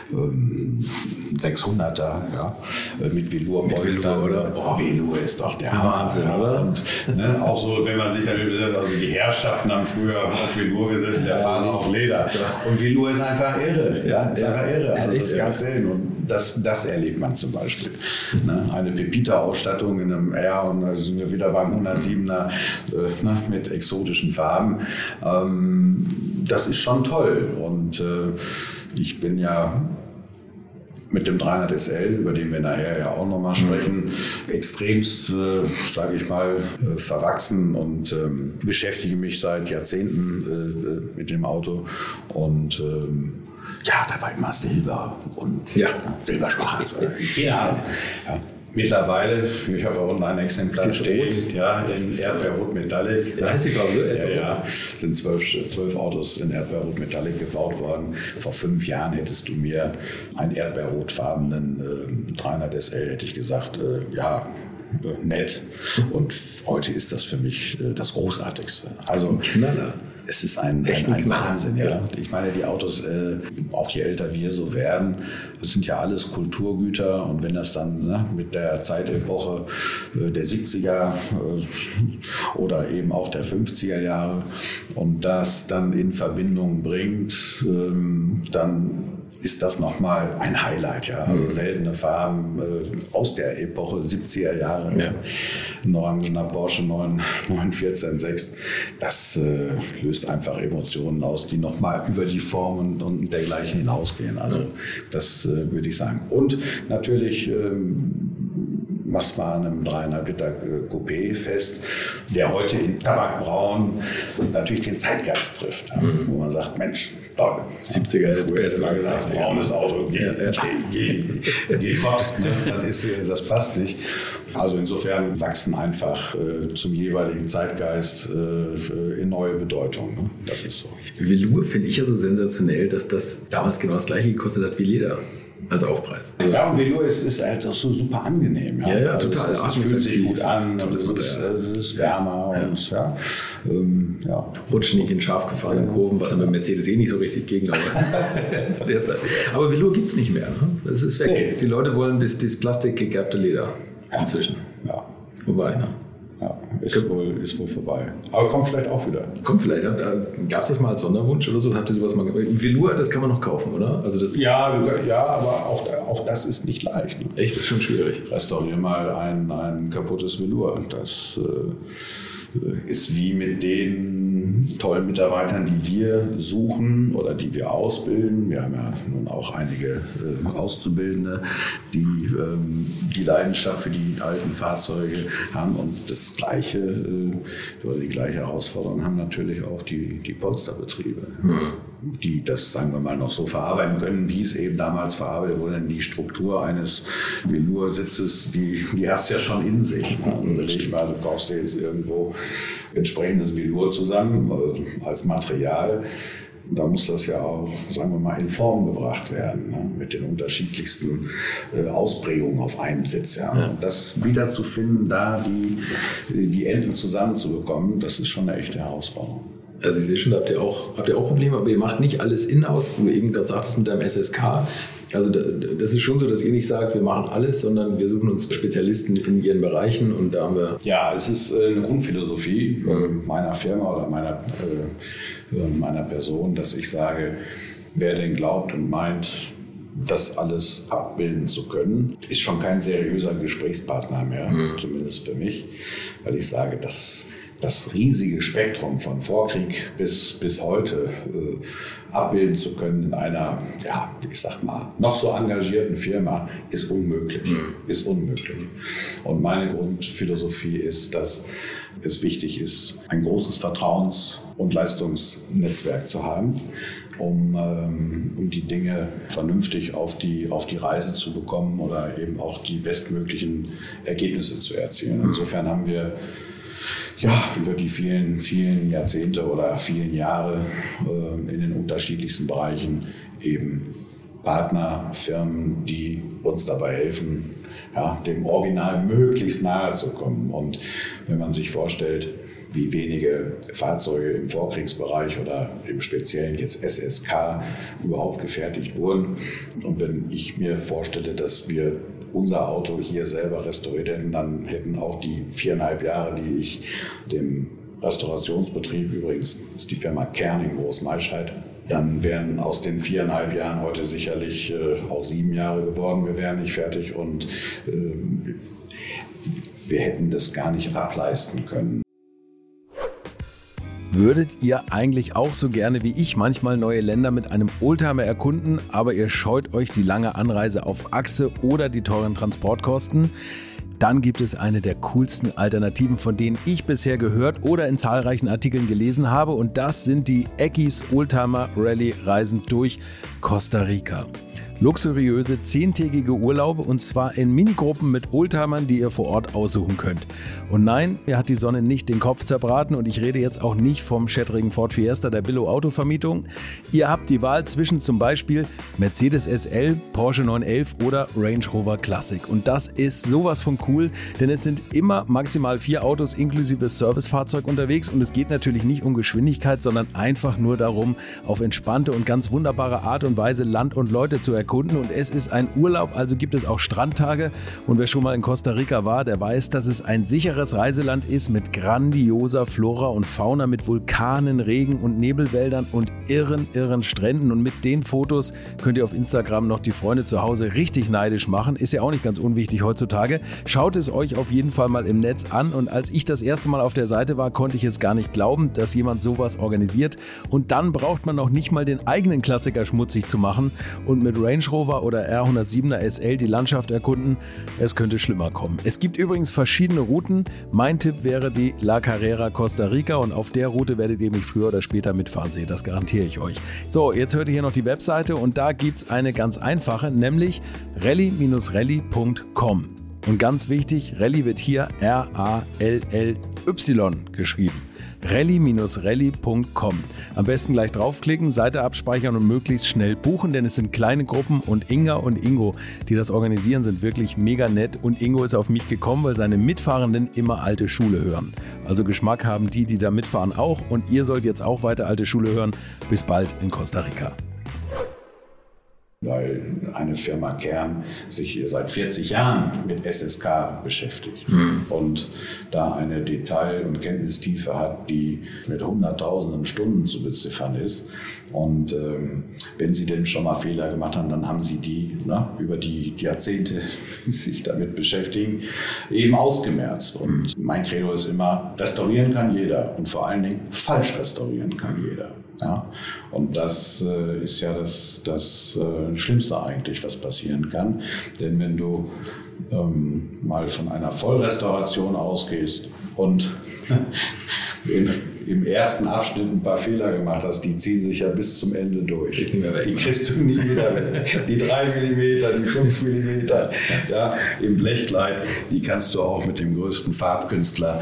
600er mit Velour-Polster oder Velour ist doch der Wahnsinn, oder? Und auch so, wenn man sich dann übersetzt, also die Herrschaften haben früher auf Velour gesessen, der Fahrer auf Leder. Und Velour ist einfach irre. Ja, ist einfach irre. Also das ist ganz selten. Und das erlebt man zum Beispiel. Eine Pepita-Ausstattung in einem R und da sind wir wieder beim 107er mit exotischen Farben. Das ist schon toll. Und ich bin ja mit dem 300 SL, über den wir nachher ja auch nochmal sprechen, extremst, sage ich mal, verwachsen und beschäftige mich seit Jahrzehnten mit dem Auto und da war immer Silber und Silberschwarz. Ja. Mittlerweile, ich habe auch ein Exemplar stehen, ja, das ist Erdbeerrot Metallic. Da heißt die Farbe so? Ja, sind 12 Autos in Erdbeerrot Metallic gebaut worden. Vor 5 Jahren hättest du mir einen erdbeerrotfarbenen 300 SL, hätte ich gesagt, nett. Und heute ist das für mich das Großartigste. Also Knaller. Es ist ein Wahnsinn. Ja. Ich meine, die Autos, auch je älter wir so werden, das sind ja alles Kulturgüter. Und wenn das dann mit der Zeitepoche der 70er oder eben auch der 50er Jahre und das dann in Verbindung bringt, dann ist das nochmal ein Highlight. Ja. Also seltene Farben aus der Epoche 70er Jahre. Ja. Ein orangener Porsche 914.6. Das löst einfach Emotionen aus, die nochmal über die Form und dergleichen hinausgehen. Also das würde ich sagen. Und natürlich machst mal an einem 3,5 Liter Coupé fest, der heute in Tabakbraun natürlich den Zeitgeist trifft. Wo man sagt, Mensch, toll. 70er ist das Beste. Mal gesagt, braunes Auto, geh fort. Ne? Dann ist das passt nicht. Also insofern wachsen einfach zum jeweiligen Zeitgeist in neue Bedeutung. Ne? Das ist so. Velour finde ich ja so sensationell, dass das damals genau das gleiche gekostet hat wie Leder. Als Aufpreis. Ja, und Velour ist halt auch so super angenehm. Ja, ja total. Es fühlt sich gut an, es ist wärmer und rutscht nicht in scharf gefahrenen Kurven, was aber Mercedes nicht so richtig ging. Zu der Zeit. Aber Velour gibt es nicht mehr. Ne? Es ist weg. Nee. Die Leute wollen das plastikgegerbte Leder inzwischen. Ja. Ist vorbei, ne? Ja, ist wohl vorbei. Aber kommt vielleicht auch wieder. Kommt vielleicht. Gab es das mal als Sonderwunsch oder so? Habt ihr sowas mal gemacht? Velour, das kann man noch kaufen, oder? Also das aber auch das ist nicht leicht. Ne? Echt, das ist schon schwierig. Restaurier mal ein kaputtes Velour. Das ist wie mit den tollen Mitarbeitern, die wir suchen oder die wir ausbilden. Wir haben ja nun auch einige Auszubildende, die Leidenschaft für die alten Fahrzeuge haben und das gleiche oder die gleiche Herausforderung haben natürlich auch die Polsterbetriebe, die das, sagen wir mal, noch so verarbeiten können, wie es eben damals verarbeitet wurde. Denn die Struktur eines Velour-Sitzes, die hat es ja schon in sich. Ne? Überleg mal, du kaufst dir jetzt irgendwo entsprechendes Velour zusammen als Material. Da muss das ja auch, sagen wir mal, in Form gebracht werden, ne? Mit den unterschiedlichsten Ausprägungen auf einem Sitz. Ja. Und das wiederzufinden, da die Enden zusammenzubekommen, das ist schon eine echte Herausforderung. Also ich sehe schon, habt ihr auch Probleme, aber ihr macht nicht alles in-house, wo du eben gerade sagtest mit deinem SSK. Also das ist schon so, dass ihr nicht sagt, wir machen alles, sondern wir suchen uns Spezialisten in ihren Bereichen und da haben wir... Ja, es ist eine Grundphilosophie meiner Firma oder meiner Person, dass ich sage, wer denn glaubt und meint, das alles abbilden zu können, ist schon kein seriöser Gesprächspartner mehr, zumindest für mich, weil ich sage, dass das riesige Spektrum von Vorkrieg bis heute abbilden zu können in einer, ich sag mal, noch so engagierten Firma, ist unmöglich. Ist unmöglich. Und meine Grundphilosophie ist, dass es wichtig ist, ein großes Vertrauens- und Leistungsnetzwerk zu haben, um die Dinge vernünftig auf die Reise zu bekommen oder eben auch die bestmöglichen Ergebnisse zu erzielen. Insofern haben wir über die vielen, vielen Jahrzehnte oder vielen Jahre in den unterschiedlichsten Bereichen eben Partner, Firmen, die uns dabei helfen, dem Original möglichst nahe zu kommen. Und wenn man sich vorstellt, wie wenige Fahrzeuge im Vorkriegsbereich oder im Speziellen jetzt SSK überhaupt gefertigt wurden. Und wenn ich mir vorstelle, dass wir unser Auto hier selber restauriert hätten, dann hätten auch die 4,5 Jahre, die ich dem Restaurationsbetrieb, übrigens ist die Firma Kerning Groß-Maischeid, dann wären aus den 4,5 Jahren heute sicherlich auch 7 Jahre geworden. Wir wären nicht fertig und wir hätten das gar nicht ableisten können. Würdet ihr eigentlich auch so gerne wie ich manchmal neue Länder mit einem Oldtimer erkunden, aber ihr scheut euch die lange Anreise auf Achse oder die teuren Transportkosten? dann gibt es eine der coolsten Alternativen, von denen ich bisher gehört oder in zahlreichen Artikeln gelesen habe. Und das sind die Eckis Oldtimer Rallye Reisen durch Costa Rica. Luxuriöse 10-tägige Urlaube und zwar in Minigruppen mit Oldtimern, die ihr vor Ort aussuchen könnt. Und nein, mir hat die Sonne nicht den Kopf zerbraten und ich rede jetzt auch nicht vom schättrigen Ford Fiesta der Billo Autovermietung. Ihr habt die Wahl zwischen zum Beispiel Mercedes SL, Porsche 911 oder Range Rover Classic. Und das ist sowas von cool, denn es sind immer maximal 4 Autos inklusive Servicefahrzeug unterwegs und es geht natürlich nicht um Geschwindigkeit, sondern einfach nur darum, auf entspannte und ganz wunderbare Art und Weise Land und Leute zu erkunden. Und es ist ein Urlaub, also gibt es auch Strandtage. Und wer schon mal in Costa Rica war, der weiß, dass es ein sicheres Reiseland ist mit grandioser Flora und Fauna, mit Vulkanen, Regen- und Nebelwäldern und irren Stränden. Und mit den Fotos könnt ihr auf Instagram noch die Freunde zu Hause richtig neidisch machen. Ist ja auch nicht ganz unwichtig heutzutage. Schaut es euch auf jeden Fall mal im Netz an. Und als ich das erste Mal auf der Seite war, konnte ich es gar nicht glauben, dass jemand sowas organisiert. Und dann braucht man noch nicht mal den eigenen Klassiker schmutzig zu machen und mit Range Rover oder R107er SL die Landschaft erkunden. Es könnte schlimmer kommen. Es gibt übrigens verschiedene Routen. Mein Tipp wäre die La Carrera Costa Rica und auf der Route werdet ihr mich früher oder später mitfahren sehen. Das garantiere ich euch. So, jetzt hört ihr hier noch die Webseite und da gibt es eine ganz einfache, nämlich rally-rally.com. Und ganz wichtig, Rally wird hier R-A-L-L-Y geschrieben. rally-rally.com. Am besten gleich draufklicken, Seite abspeichern und möglichst schnell buchen, denn es sind kleine Gruppen und Inga und Ingo, die das organisieren, sind wirklich mega nett und Ingo ist auf mich gekommen, weil seine Mitfahrenden immer alte Schule hören. Also Geschmack haben die da mitfahren auch und ihr sollt jetzt auch weiter alte Schule hören. Bis bald in Costa Rica. Weil eine Firma Kern sich seit 40 Jahren mit SSK beschäftigt und da eine Detail- und Kenntnistiefe hat, die mit hunderttausenden Stunden zu beziffern ist. Und wenn Sie denn schon mal Fehler gemacht haben, dann haben Sie die über die Jahrzehnte, die sich damit beschäftigen, eben ausgemerzt. Und mein Credo ist immer, restaurieren kann jeder und vor allen Dingen falsch restaurieren kann jeder. Ja, und das ist ja das Schlimmste eigentlich, was passieren kann. Denn wenn du mal von einer Vollrestauration ausgehst und im ersten Abschnitt ein paar Fehler gemacht hast, die ziehen sich ja bis zum Ende durch. Ist nicht mehr weg, die kriegst du nie wieder weg. Die 3 mm, die 5 mm ja, im Blechkleid, die kannst du auch mit dem größten Farbkünstler,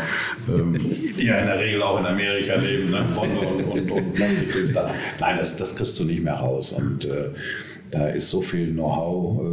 die ja in der Regel auch in Amerika leben, ne? und Plastikkünstler. Nein, das kriegst du nicht mehr raus. Und da ist so viel Know-how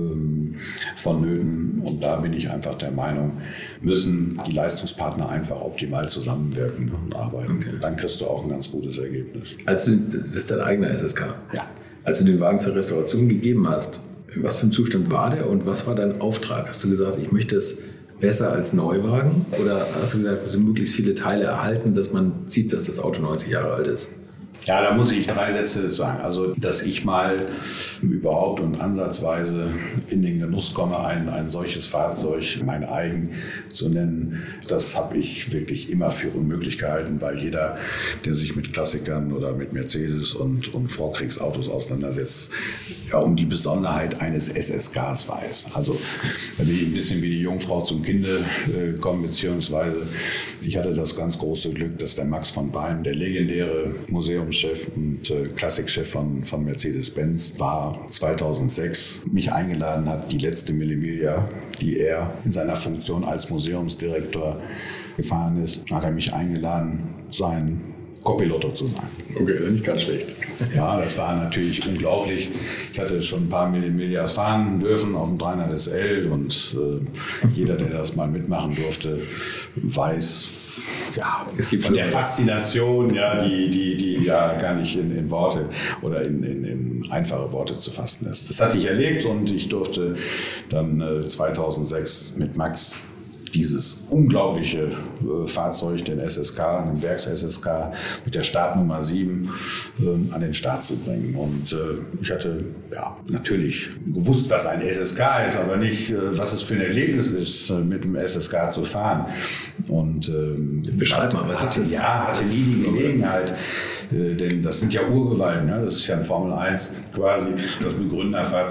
vonnöten und da bin ich einfach der Meinung, müssen die Leistungspartner einfach optimal zusammenwirken und arbeiten. Okay. Dann kriegst du auch ein ganz gutes Ergebnis. Das ist dein eigener SSK? Ja. Als du den Wagen zur Restauration gegeben hast, was für ein Zustand war der und was war dein Auftrag? Hast du gesagt, ich möchte es besser als Neuwagen? Oder hast du gesagt, so möglichst viele Teile erhalten, dass man sieht, dass das Auto 90 Jahre alt ist? Ja, da muss ich 3 Sätze sagen. Also, dass ich mal überhaupt und ansatzweise in den Genuss komme, ein solches Fahrzeug mein eigen zu nennen, das habe ich wirklich immer für unmöglich gehalten, weil jeder, der sich mit Klassikern oder mit Mercedes und Vorkriegsautos auseinandersetzt, ja, um die Besonderheit eines SSKs weiß. Also, da bin ich ein bisschen wie die Jungfrau zum Kinde kommen, beziehungsweise ich hatte das ganz große Glück, dass der Max von Beim, der legendäre Museumschef und Klassikchef von Mercedes-Benz, war 2006, mich eingeladen hat, die letzte Millimilia, die er in seiner Funktion als Museumsdirektor gefahren ist, hat er mich eingeladen, sein Co-Piloto zu sein. Okay, nicht ganz schlecht. Ja, das war natürlich unglaublich. Ich hatte schon ein paar Millimillias fahren dürfen auf dem 300 SL und jeder, der das mal mitmachen durfte, weiß, ja, es gibt von der Faszination, ja, die ja gar nicht in Worte oder in einfache Worte zu fassen ist. Das hatte ich erlebt und ich durfte dann 2006 mit Max dieses unglaubliche Fahrzeug, den SSK, den Werks-SSK mit der Startnummer 7 an den Start zu bringen. Und ich hatte natürlich gewusst, was ein SSK ist, aber nicht, was es für ein Erlebnis ist, mit dem SSK zu fahren. Und beschreib mal, was ist das? Ja, hatte nie die Gelegenheit. Denn das sind ja Urgewalten, ne? Das ist ja ein Formel 1 quasi, das Begründerfahrzeug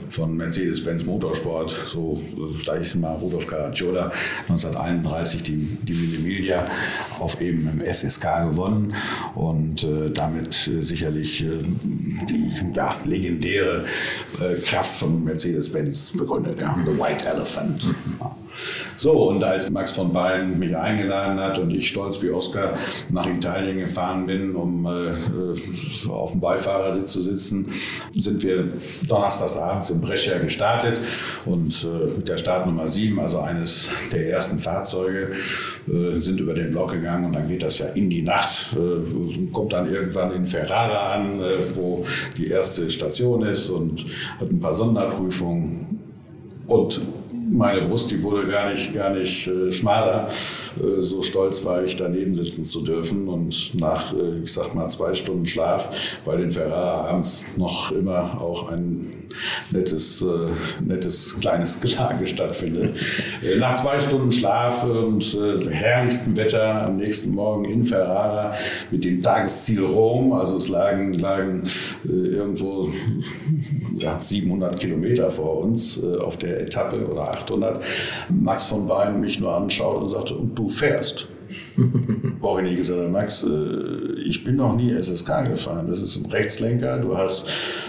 von Mercedes-Benz Motorsport, so sage ich mal, Rudolf Caracciola, 1931 die Mille Miglia auf eben im SSK gewonnen und damit sicherlich die legendäre Kraft von Mercedes-Benz begründet, ja, The White Elephant. Ja. So, und als Max von Beyen mich eingeladen hat und ich stolz wie Oscar nach Italien gefahren bin, um auf dem Beifahrersitz zu sitzen, sind wir donnerstags abends in Brescia gestartet und mit der Startnummer 7, also eines der ersten Fahrzeuge, sind über den Block gegangen und dann geht das ja in die Nacht, kommt dann irgendwann in Ferrara an, wo die erste Station ist und hat ein paar Sonderprüfungen und meine Brust, die wurde gar nicht schmaler. So stolz war ich, daneben sitzen zu dürfen. Und nach, ich sag mal, 2 Stunden Schlaf, weil in Ferrara abends noch immer auch ein nettes kleines Gelage stattfindet. Nach 2 Stunden Schlaf und herrlichstem Wetter am nächsten Morgen in Ferrara mit dem Tagesziel Rom. Also es lagen irgendwo 700 Kilometer vor uns auf der Etappe oder 800. Max von Beyen mich nur anschaut und sagte, und du fährst. Worauf ich gesagt habe, Max, ich bin noch nie SSK gefahren. Das ist ein Rechtslenker, du hast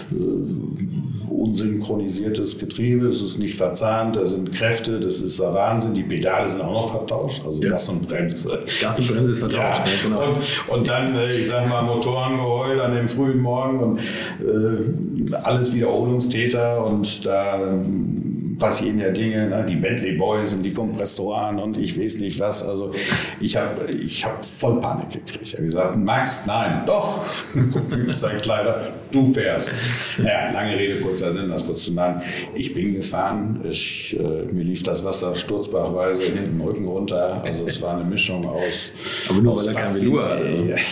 unsynchronisiertes Getriebe, es ist nicht verzahnt, da sind Kräfte, das ist der Wahnsinn. Die Pedale sind auch noch vertauscht, also ja. Gas und Bremse. Gas und Bremse ist vertauscht, ja, genau. Und dann, ich sag mal, Motorengeheul an dem frühen Morgen und alles Wiederholungstäter und da passieren ja Dinge, ne? Die Bentley Boys und die Kompressoren und ich weiß nicht was. Also ich hab voll Panik gekriegt. Ich habe gesagt, Max, nein, doch. Sagt leider, du fährst. Naja, lange Rede, kurzer Sinn, das kurz zu machen. Ich bin gefahren, mir lief das Wasser sturzbachweise hinten den Rücken runter. Also es war eine Mischung aus... Aber nur weil er kein Velour hatte.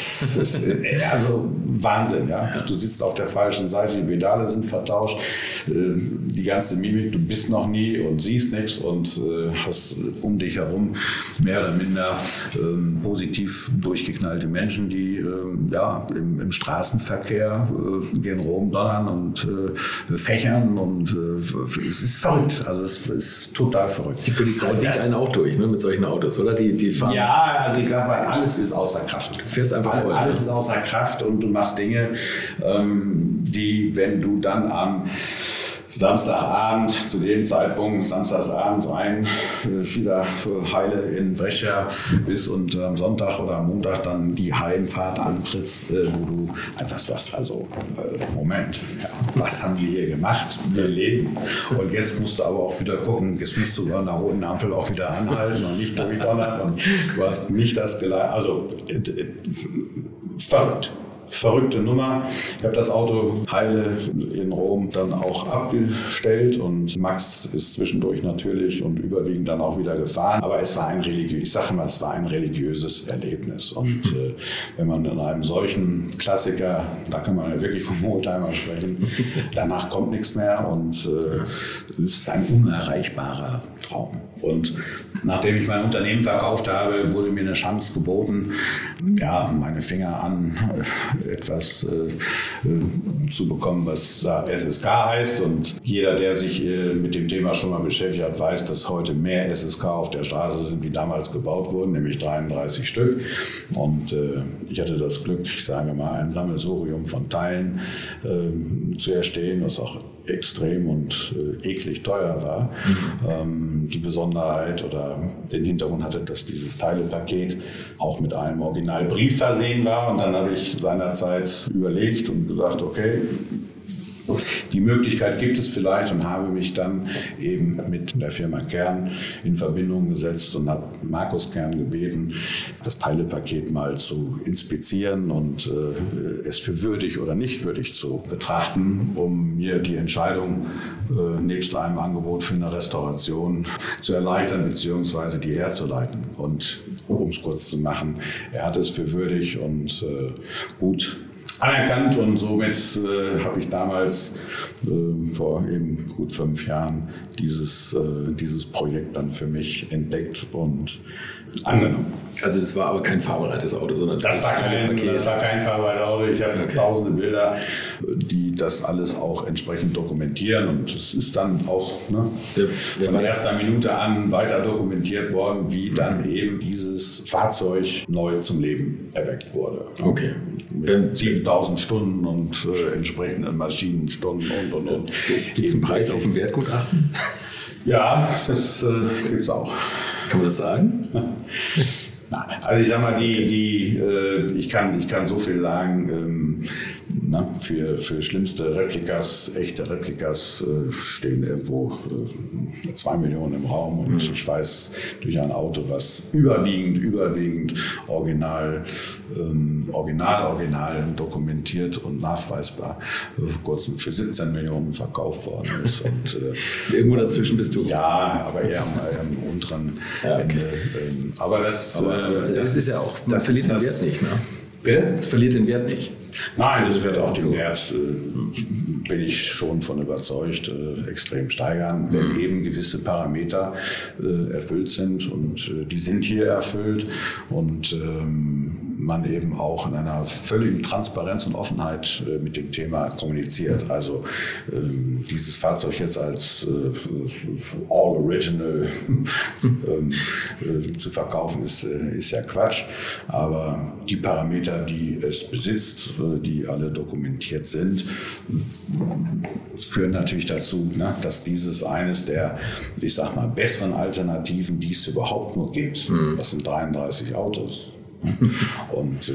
Also Wahnsinn, ja. Du sitzt auf der falschen Seite, die Pedale sind vertauscht, die ganze Mimik, du bist noch nie und siehst nichts und hast um dich herum mehr oder minder positiv durchgeknallte Menschen, die im Straßenverkehr gen Rom donnern und fächern und es ist verrückt, also es ist total verrückt. Die Polizei winkt einen auch durch, ne, mit solchen Autos, oder? Die fahren. Ja, also ich sag mal, alles ist außer Kraft. Du fährst einfach voll. Alles ist außer Kraft und du machst Dinge, die, wenn du dann am Samstagabend, zu dem Zeitpunkt, samstagsabends wieder heile in Brescia bist und am Sonntag oder am Montag dann die Heimfahrt antrittst, wo du einfach sagst, also Moment, ja, was haben wir hier gemacht? Wir leben. Und jetzt musst du aber auch wieder gucken, jetzt musst du an der roten Ampel auch wieder anhalten und nicht durchdonnern und du hast nicht das geleitet. Also verrückt. Verrückte Nummer. Ich habe das Auto heile in Rom dann auch abgestellt und Max ist zwischendurch natürlich und überwiegend dann auch wieder gefahren. Aber es war es war ein religiöses Erlebnis. Und wenn man in einem solchen Klassiker, da kann man ja wirklich vom Oldtimer sprechen, danach kommt nichts mehr und es ist ein unerreichbarer Traum. Und nachdem ich mein Unternehmen verkauft habe, wurde mir eine Chance geboten, meine Finger an etwas zu bekommen, was SSK heißt. Und jeder, der sich mit dem Thema schon mal beschäftigt hat, weiß, dass heute mehr SSK auf der Straße sind, wie damals gebaut wurden, nämlich 33 Stück. Und ich hatte das Glück, ich sage mal, ein Sammelsurium von Teilen zu erstehen, was auch extrem und eklig teuer war. Die Besonderheit oder den Hintergrund hatte, dass dieses Teilepaket auch mit einem Originalbrief versehen war. Und dann habe ich seinerzeit überlegt und gesagt, okay, die Möglichkeit gibt es vielleicht und habe mich dann eben mit der Firma Kern in Verbindung gesetzt und habe Markus Kern gebeten, das Teilepaket mal zu inspizieren und es für würdig oder nicht würdig zu betrachten, um mir die Entscheidung nebst einem Angebot für eine Restauration zu erleichtern bzw. die herzuleiten. Und um es kurz zu machen, er hat es für würdig und gut anerkannt und somit habe ich damals vor eben gut 5 Jahren dieses Projekt dann für mich entdeckt und angenommen. Also das war aber kein fahrbereites Auto, sondern das war kein fahrbereites Auto. Ich habe tausende Bilder, die das alles auch entsprechend dokumentieren. Und es ist dann auch von erster Minute an weiter dokumentiert worden, wie dann eben dieses Fahrzeug neu zum Leben erweckt wurde. Okay. Mit 7000 Stunden und entsprechenden Maschinenstunden und. Gibt es einen Preis auf dem Wertgutachten? Ja, das gibt es auch. Kann man das sagen? Also ich sag mal, ich kann so viel sagen, für schlimmste Replikas, echte Replikas stehen irgendwo 2 Millionen im Raum und ich weiß durch ein Auto, was überwiegend original dokumentiert und nachweisbar vor kurzem für 17 Millionen verkauft worden ist. Und, irgendwo dazwischen bist du? Ja, aber eher am unteren Ende. Aber das ist ja auch, das verliert den Wert nicht, ne? Bitte? Das verliert den Wert nicht. Nein, das wird auch den Wert, bin ich schon von überzeugt, extrem steigern, wenn eben gewisse Parameter erfüllt sind und die sind hier erfüllt und man eben auch in einer völligen Transparenz und Offenheit mit dem Thema kommuniziert. Also dieses Fahrzeug jetzt als All Original zu verkaufen ist ja Quatsch, aber die Parameter, die es besitzt, die alle dokumentiert sind, führen natürlich dazu, dass dieses eines der, ich sag mal, besseren Alternativen, die es überhaupt nur gibt, das sind 33 Autos. Und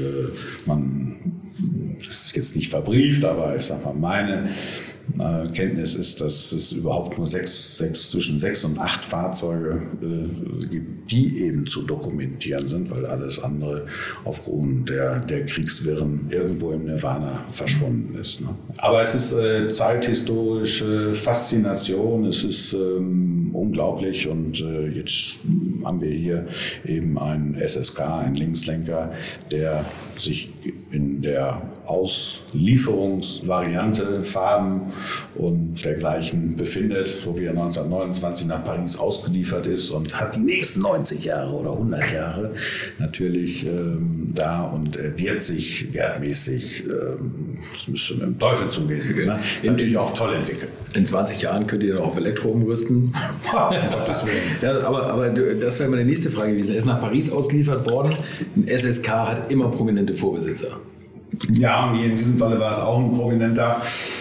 das ist jetzt nicht verbrieft, aber ich sag mal, meine Kenntnis ist, dass es überhaupt nur zwischen 6 und 8 Fahrzeuge gibt, die eben zu dokumentieren sind, weil alles andere aufgrund der Kriegswirren irgendwo im Nirvana verschwunden ist. Ne? Aber es ist zeithistorische Faszination, es ist unglaublich und jetzt haben wir hier eben einen SSK, einen Linkslenker, der sich in der Auslieferungsvariante, Farben und dergleichen befindet, so wie er 1929 nach Paris ausgeliefert ist und hat die nächsten 90 Jahre oder 100 Jahre natürlich da und er wird sich wertmäßig, das müsste mit dem Teufel zugehen, natürlich auch toll entwickeln. In 20 Jahren könnt ihr noch auf Elektro umrüsten. Ja, aber das wäre meine nächste Frage gewesen. Er ist nach Paris ausgeliefert worden. Ein SSK hat immer prominente Vorbesitzer. Ja, und in diesem Falle war es auch ein prominenter.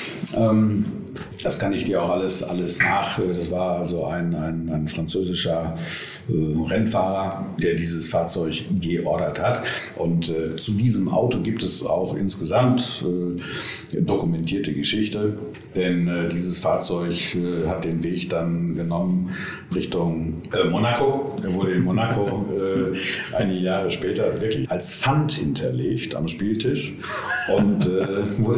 Das kann ich dir auch alles nach. Das war also ein französischer Rennfahrer, der dieses Fahrzeug geordert hat. Und zu diesem Auto gibt es auch insgesamt dokumentierte Geschichte. Denn dieses Fahrzeug hat den Weg dann genommen Richtung Monaco. Er wurde in Monaco einige Jahre später wirklich als Pfand hinterlegt am Spieltisch und wurde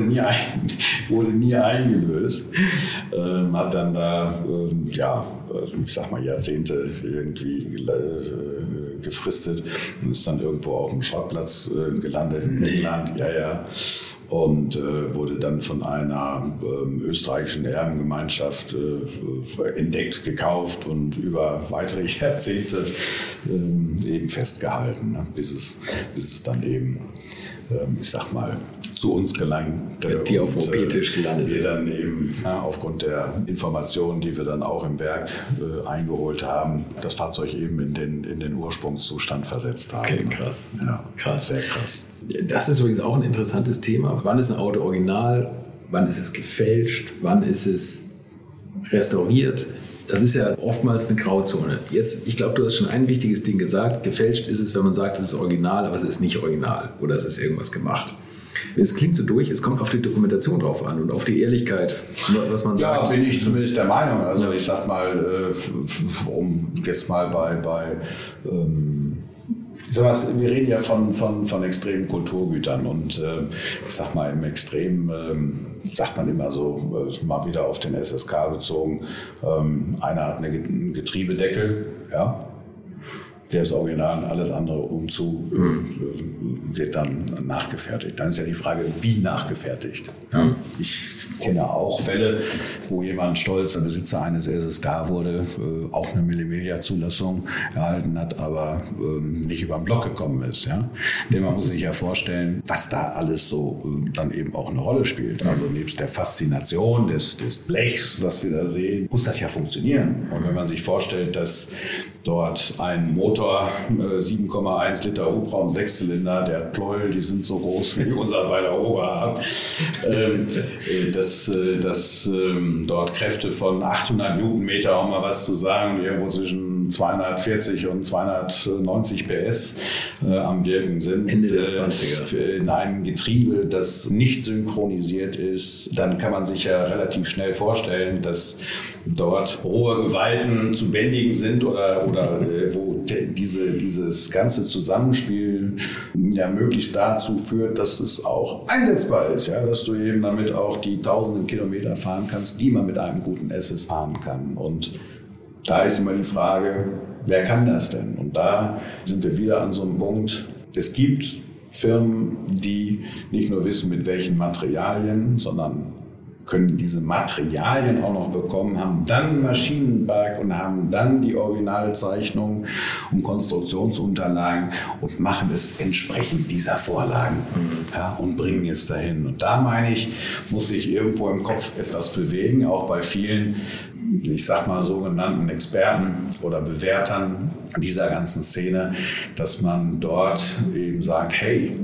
nie eingelöst. Hat dann da, ich sag mal, Jahrzehnte irgendwie gefristet und ist dann irgendwo auf dem Schrottplatz gelandet in England. Ja. Und wurde dann von einer österreichischen Erbengemeinschaft entdeckt, gekauft und über weitere Jahrzehnte eben festgehalten, ne? bis es dann eben, ich sag mal, zu uns gelangt. Die auf dem OP-Tisch gelandet wir ist. Dann eben aufgrund der Informationen, die wir dann auch im Werk eingeholt haben, das Fahrzeug eben in den Ursprungszustand versetzt haben. Okay, krass. Ja, krass, sehr krass. Das ist übrigens auch ein interessantes Thema. Wann ist ein Auto original? Wann ist es gefälscht? Wann ist es restauriert? Das ist ja oftmals eine Grauzone. Jetzt, ich glaube, du hast schon ein wichtiges Ding gesagt. Gefälscht ist es, wenn man sagt, es ist original, aber es ist nicht original oder es ist irgendwas gemacht. Es klingt so durch, es kommt auf die Dokumentation drauf an und auf die Ehrlichkeit, was man sagt. Ja, bin ich zumindest der Meinung. Also ich sag mal, um jetzt mal wir reden ja von extremen Kulturgütern und ich sag mal, im Extrem sagt man immer so, mal wieder auf den SSK bezogen, einer hat einen Getriebedeckel, ja, der ist original und alles andere wird dann nachgefertigt. Dann ist ja die Frage, wie nachgefertigt. Ja? Ich kenne auch Fälle, wo jemand stolzer Besitzer eines SSK wurde, auch eine Millimilia-Zulassung erhalten hat, aber nicht über den Block gekommen ist. Ja? Denn man muss sich ja vorstellen, was da alles so dann eben auch eine Rolle spielt. Also nebst der Faszination des Blechs, was wir da sehen, muss das ja funktionieren. Und wenn man sich vorstellt, dass dort ein Motor, 7,1 Liter Hubraum, 6-Zylinder, der Pleuel, die sind so groß wie unser beider Oberarm, dass dort Kräfte von 800 Newtonmeter, um mal was zu sagen, irgendwo zwischen 240 und 290 PS am Wirken sind. Ende der 20er. In einem Getriebe, das nicht synchronisiert ist, dann kann man sich ja relativ schnell vorstellen, dass dort rohe Gewalten zu bändigen sind oder wo dieses ganze Zusammenspiel ja möglichst dazu führt, dass es auch einsetzbar ist, ja, dass du eben damit auch die tausenden Kilometer fahren kannst, die man mit einem guten SS fahren kann. Und da ist immer die Frage, wer kann das denn? Und da sind wir wieder an so einem Punkt, es gibt Firmen, die nicht nur wissen, mit welchen Materialien, sondern können diese Materialien auch noch bekommen, haben dann Maschinenwerk und haben dann die Originalzeichnung und Konstruktionsunterlagen und machen es entsprechend dieser Vorlagen, ja, und bringen es dahin. Und da meine ich, muss sich irgendwo im Kopf etwas bewegen, auch bei vielen, ich sag mal, sogenannten Experten oder Bewertern dieser ganzen Szene, dass man dort eben sagt, hey,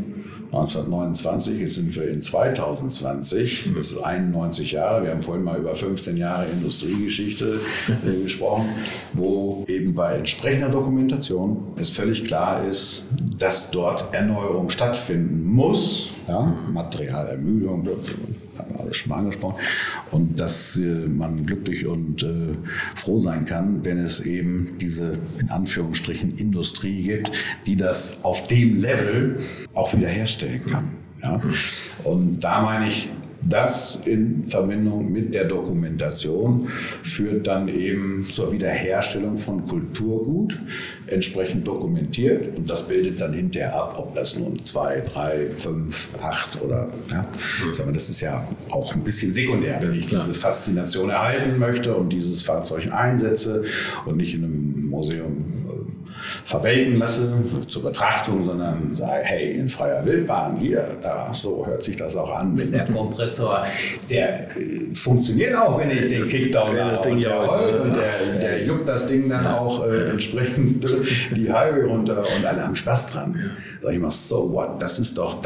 1929, jetzt sind wir in 2020, das ist 91 Jahre, wir haben vorhin mal über 15 Jahre Industriegeschichte gesprochen, wo eben bei entsprechender Dokumentation es völlig klar ist, dass dort Erneuerung stattfinden muss, ja, Materialermüdung, haben wir alles schon mal angesprochen, und dass man glücklich und froh sein kann, wenn es eben diese, in Anführungsstrichen, Industrie gibt, die das auf dem Level auch wiederherstellen kann. Ja? Und da meine ich, das in Verbindung mit der Dokumentation führt dann eben zur Wiederherstellung von Kulturgut, entsprechend dokumentiert. Und das bildet dann hinterher ab, ob das nun 2, 3, 5, 8 oder, ja, das ist ja auch ein bisschen sekundär, wenn ich diese Faszination erhalten möchte und dieses Fahrzeug einsetze und nicht in einem Museum verwelken lasse zur Betrachtung, sondern sage, hey, in freier Wildbahn, hier, da, so hört sich das auch an, wenn der Kompressor, der funktioniert auch, wenn ich den Kickdown habe, das Ding und der heult und der juckt das Ding dann auch entsprechend die Highway runter und alle haben Spaß dran. Sag ich mal, so what, das ist doch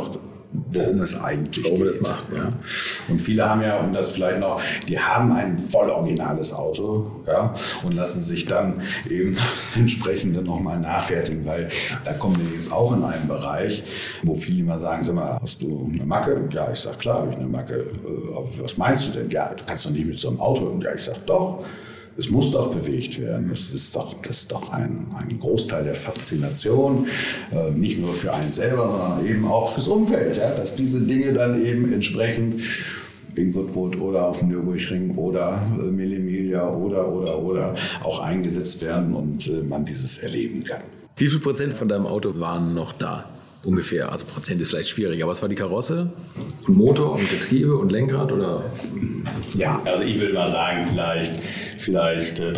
worum es eigentlich geht. Das macht, ja. Und viele haben ja, um das vielleicht noch, die haben ein voll originales Auto, ja, und lassen sich dann eben das Entsprechende nochmal nachfertigen, weil da kommen wir jetzt auch in einen Bereich, wo viele immer sagen, sag mal, hast du eine Macke? Ja, ich sag, klar, habe ich eine Macke. Was meinst du denn? Ja, du kannst doch nicht mit so einem Auto. Ja, ich sag, doch. Es muss doch bewegt werden. Das ist doch ein Großteil der Faszination, nicht nur für einen selber, sondern eben auch fürs Umfeld, ja? Dass diese Dinge dann eben entsprechend in Goodwood oder auf dem Nürburgring oder Millimilia oder auch eingesetzt werden und man dieses erleben kann. Wie viel Prozent von deinem Auto waren noch da? Ungefähr, also Prozent ist vielleicht schwierig, aber was war die Karosse und Motor und Getriebe und Lenkrad oder? Ja, also ich würde mal sagen, vielleicht 30%,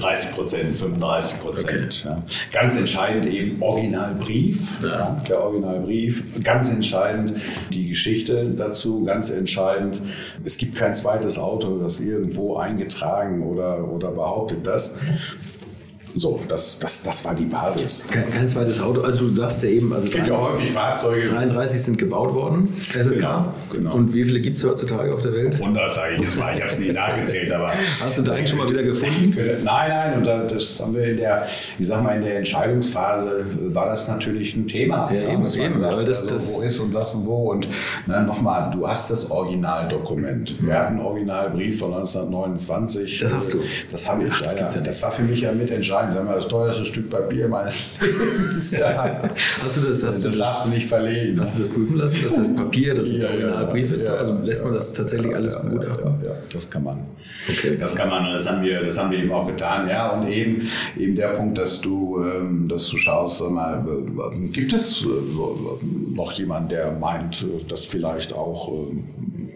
35%. Okay. Ja. Ganz entscheidend eben Originalbrief, ja, der Originalbrief. Ganz entscheidend die Geschichte dazu, ganz entscheidend, es gibt kein zweites Auto, das irgendwo eingetragen oder behauptet das. So, das war die Basis. Kein zweites Auto, also du sagst ja eben, also gibt ja häufig Fahrzeuge. 33 sind gebaut worden, SSK. Genau. Und wie viele gibt es heutzutage auf der Welt? 100, sage ich jetzt mal, ich habe es nie nachgezählt, aber... Hast du da eigentlich schon mal wieder gefunden? Nein, und das haben wir in der Entscheidungsphase war das natürlich ein Thema. Ja, eben, aber das wo ist und was und wo. Und nochmal, du hast das Originaldokument. Wir hatten einen Originalbrief von 1929. Das hast du? Das habe ich. Das war für mich ja mitentscheidend. Sagen wir, das teuerste Stück Papier meines Lebens. Ja. Das darfst du nicht verlegen. Hast du das prüfen lassen, dass das Papier, dass es der Originalbrief ist? Also lässt man das tatsächlich alles begutachten? Ja, das kann man. Okay, das kann man und das haben wir eben auch getan. Ja, und eben der Punkt, dass du schaust, sag mal, gibt es noch jemanden, der meint, dass vielleicht auch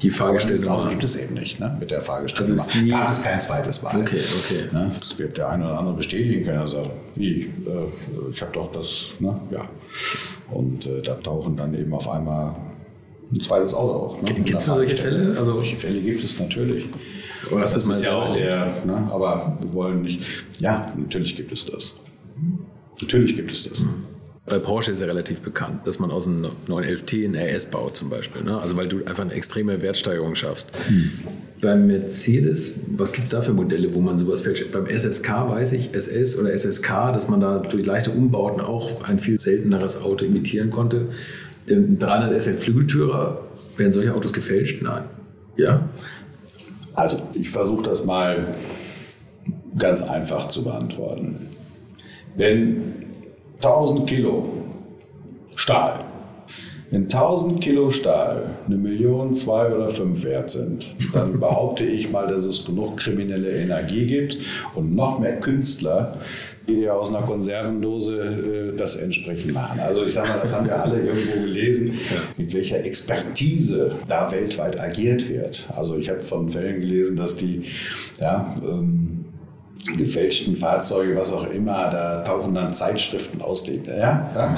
Die Fahrgestellnummer gibt es eben nicht, ne? Mit der Fahrgestellnummer. Also es gab es kein zweites Mal. Okay. Ne? Das wird der eine oder andere bestätigen können. Also wie, ich habe doch das, ne? Ja. Und da tauchen dann eben auf einmal ein zweites Auto auf. Ne? Gibt es solche Fälle? Also solche Fälle gibt es natürlich. Oder das ist ja auch ne? Aber wir wollen nicht. Ja, natürlich gibt es das. Natürlich gibt es das. Bei Porsche ist ja relativ bekannt, dass man aus einem 911T einen RS baut zum Beispiel. Ne? Also weil du einfach eine extreme Wertsteigerung schaffst. Beim Mercedes, was gibt es da für Modelle, wo man sowas fälscht? Beim SSK weiß ich, SS oder SSK, dass man da durch leichte Umbauten auch ein viel selteneres Auto imitieren konnte. Den 300 SL Flügeltürer, werden solche Autos gefälscht? Nein. Ja? Also ich versuche das mal ganz einfach zu beantworten. Wenn 1000 Kilo Stahl, wenn 1000 Kilo Stahl 1 Million, 2 oder 5 wert sind, dann behaupte ich mal, dass es genug kriminelle Energie gibt und noch mehr Künstler, die dir aus einer Konservendose das entsprechend machen. Also ich sage mal, das haben wir alle irgendwo gelesen, mit welcher Expertise da weltweit agiert wird. Also ich habe von Fällen gelesen, dass die gefälschten Fahrzeuge, was auch immer, da tauchen dann Zeitschriften aus dem. Ja.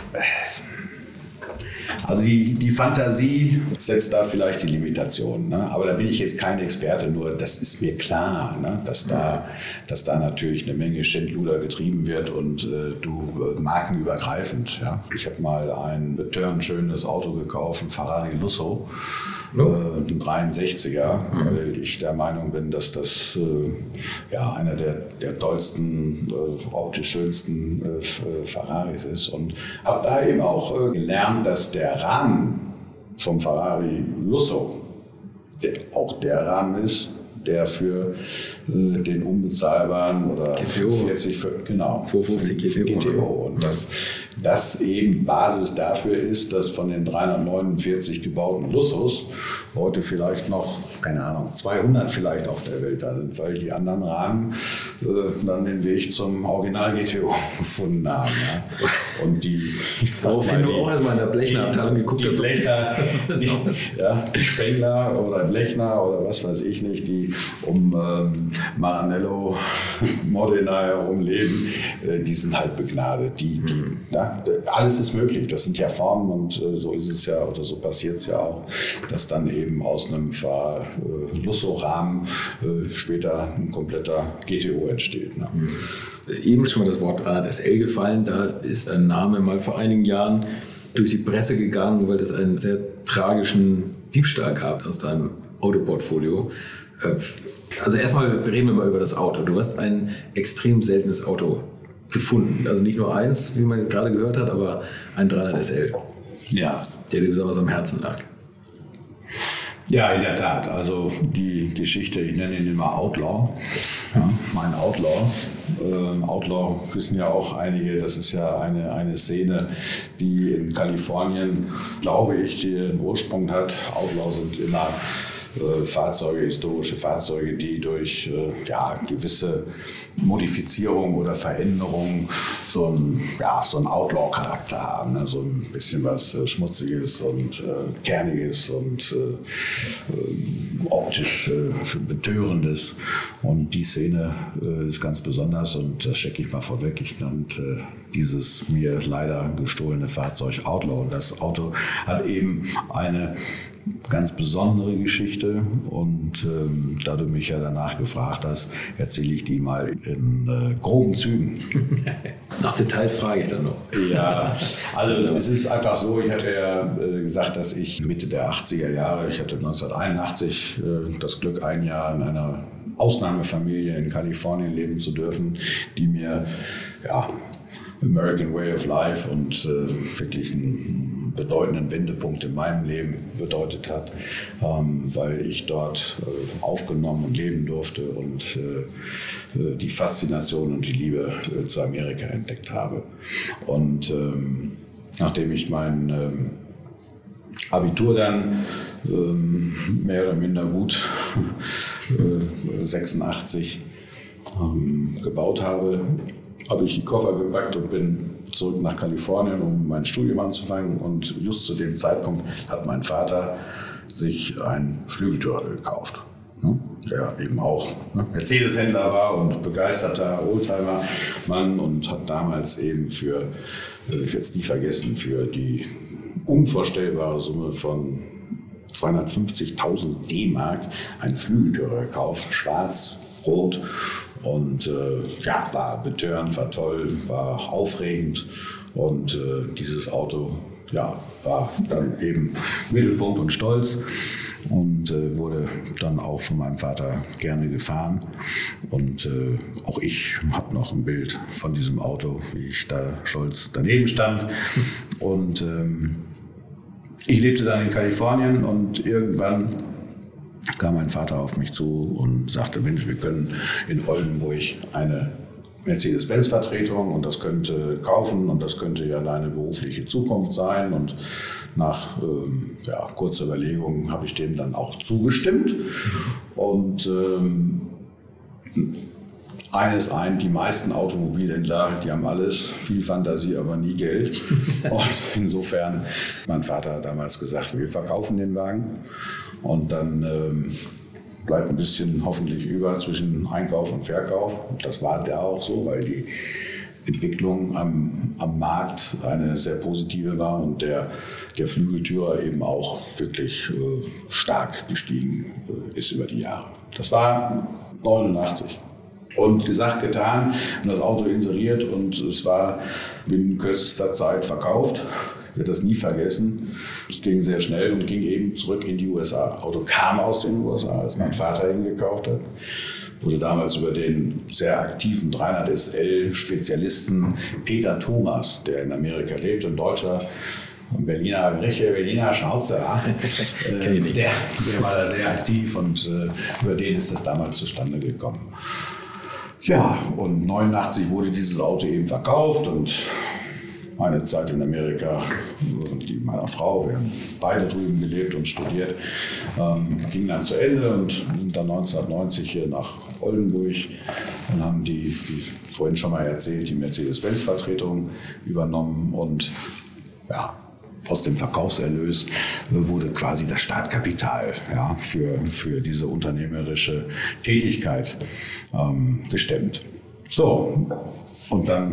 Also die Fantasie setzt da vielleicht die Limitation. Ne? Aber da bin ich jetzt kein Experte, nur das ist mir klar, ne? dass da natürlich eine Menge Schindluder getrieben wird und markenübergreifend. Ja? Ich habe mal ein schönes Auto gekauft, ein Ferrari Lusso. Ein 63er, weil ich der Meinung bin, dass das einer der tollsten, optisch schönsten Ferraris ist. Und habe da eben auch gelernt, dass der Rahmen vom Ferrari Lusso auch der Rahmen ist, der für den unbezahlbaren oder GTO. 250 GTO. Und das eben Basis dafür ist, dass von den 349 gebauten Lussos heute vielleicht noch, keine Ahnung, 200 vielleicht auf der Welt da sind, weil die anderen Rahmen dann den Weg zum Original GTO gefunden haben. Ja. Und die wenn du auch erstmal in der Blechnerabteilung geguckt hast. Die Spengler oder Blechner oder was weiß ich nicht, die um Maranello, Modena herum leben, die sind halt begnadet. Alles ist möglich. Das sind ja Formen und so ist es ja oder so passiert es ja auch, dass dann eben aus einem Lusso-Rahmen später ein kompletter GTO entsteht. Ne? Eben schon mal das Wort 300 SL gefallen. Da ist ein Name mal vor einigen Jahren durch die Presse gegangen, weil es einen sehr tragischen Diebstahl gab aus deinem Autoportfolio. Also erstmal reden wir mal über das Auto. Du hast ein extrem seltenes Auto gefunden. Also nicht nur eins, wie man gerade gehört hat, aber ein 300 SL. Ja. Der dir besonders am Herzen lag. Ja, in der Tat. Also die Geschichte, ich nenne ihn immer Outlaw. Ja, mein Outlaw. Outlaw wissen ja auch einige, das ist ja eine Szene, die in Kalifornien, glaube ich, den Ursprung hat. Outlaw sind immer historische Fahrzeuge, die durch gewisse Modifizierung oder Veränderung so einen Outlaw-Charakter haben. Ne? So ein bisschen was Schmutziges und Kerniges und optisch Betörendes. Und die Szene ist ganz besonders und das checke ich mal vorweg. Ich nannte dieses mir leider gestohlene Fahrzeug Outlaw. Und das Auto hat eben eine ganz besondere Geschichte und da du mich ja danach gefragt hast, erzähle ich die mal in groben Zügen. Nach Details frage ich dann noch. Ja, also es ist einfach so, ich hatte ja gesagt, dass ich Mitte der 80er Jahre, ich hatte 1981 das Glück, ein Jahr in einer Ausnahmefamilie in Kalifornien leben zu dürfen, die mir American Way of Life und wirklich einen bedeutenden Wendepunkt in meinem Leben bedeutet hat, weil ich dort aufgenommen und leben durfte und die Faszination und die Liebe zu Amerika entdeckt habe. Und nachdem ich mein Abitur dann mehr oder minder gut 86 gebaut habe, habe ich die Koffer gepackt und bin zurück nach Kalifornien, um mein Studium anzufangen. Und just zu dem Zeitpunkt hat mein Vater sich einen Flügeltürer gekauft, der eben auch Mercedes-Händler war und begeisterter Oldtimer-Mann und hat damals eben für, ich werde es nie vergessen, für die unvorstellbare Summe von 250.000 D-Mark einen Flügeltürer gekauft, schwarz, rot. Und war betörend, war toll, war aufregend und dieses Auto war dann eben Mittelpunkt und Stolz und wurde dann auch von meinem Vater gerne gefahren. Und auch ich habe noch ein Bild von diesem Auto, wie ich da stolz daneben stand. Und ich lebte dann in Kalifornien und irgendwann kam mein Vater auf mich zu und sagte, Mensch, wir können in Oldenburg eine Mercedes-Benz-Vertretung und das könnte kaufen und das könnte ja deine berufliche Zukunft sein. Und nach kurzer Überlegung habe ich dem dann auch zugestimmt. Und die meisten Automobilhändler, die haben alles, viel Fantasie, aber nie Geld. Und insofern hat mein Vater damals gesagt, wir verkaufen den Wagen. Und dann bleibt ein bisschen hoffentlich über zwischen Einkauf und Verkauf. Und das war da auch so, weil die Entwicklung am Markt eine sehr positive war und der Flügeltürer eben auch wirklich stark gestiegen ist über die Jahre. Das war 89. Und gesagt, getan, und das Auto inseriert und es war binnen kürzester Zeit verkauft. Ich werde das nie vergessen. Es ging sehr schnell und ging eben zurück in die USA. Das Auto kam aus den USA, als mein Vater ihn gekauft hat. Wurde damals über den sehr aktiven 300 SL-Spezialisten Peter Thomas, der in Amerika lebt, ein Deutscher, ein richtiger Berliner Schnauzer, der war da sehr aktiv und über den ist das damals zustande gekommen. Ja, und 89 wurde dieses Auto eben verkauft und meine Zeit in Amerika, die meiner Frau, wir haben beide drüben gelebt und studiert, ging dann zu Ende und sind dann 1990 hier nach Oldenburg und haben wie vorhin schon mal erzählt, die Mercedes-Benz-Vertretung übernommen und aus dem Verkaufserlös wurde quasi das Startkapital für diese unternehmerische Tätigkeit gestemmt. So, und dann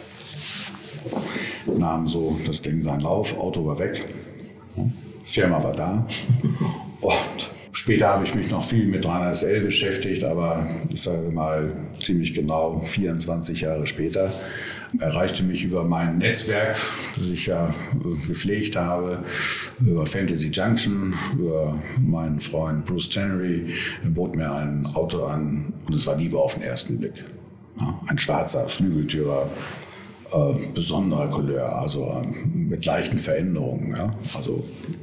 nahm so das Ding seinen Lauf, Auto war weg, Firma war da und später habe ich mich noch viel mit 300 SL beschäftigt, aber ich sage mal ziemlich genau 24 Jahre später erreichte mich über mein Netzwerk, das ich ja gepflegt habe, über Fantasy Junction, über meinen Freund Bruce Tannery, bot mir ein Auto an und es war Liebe auf den ersten Blick. Ja, ein schwarzer Flügeltürer, besonderer Couleur, also mit leichten Veränderungen. Ja. Also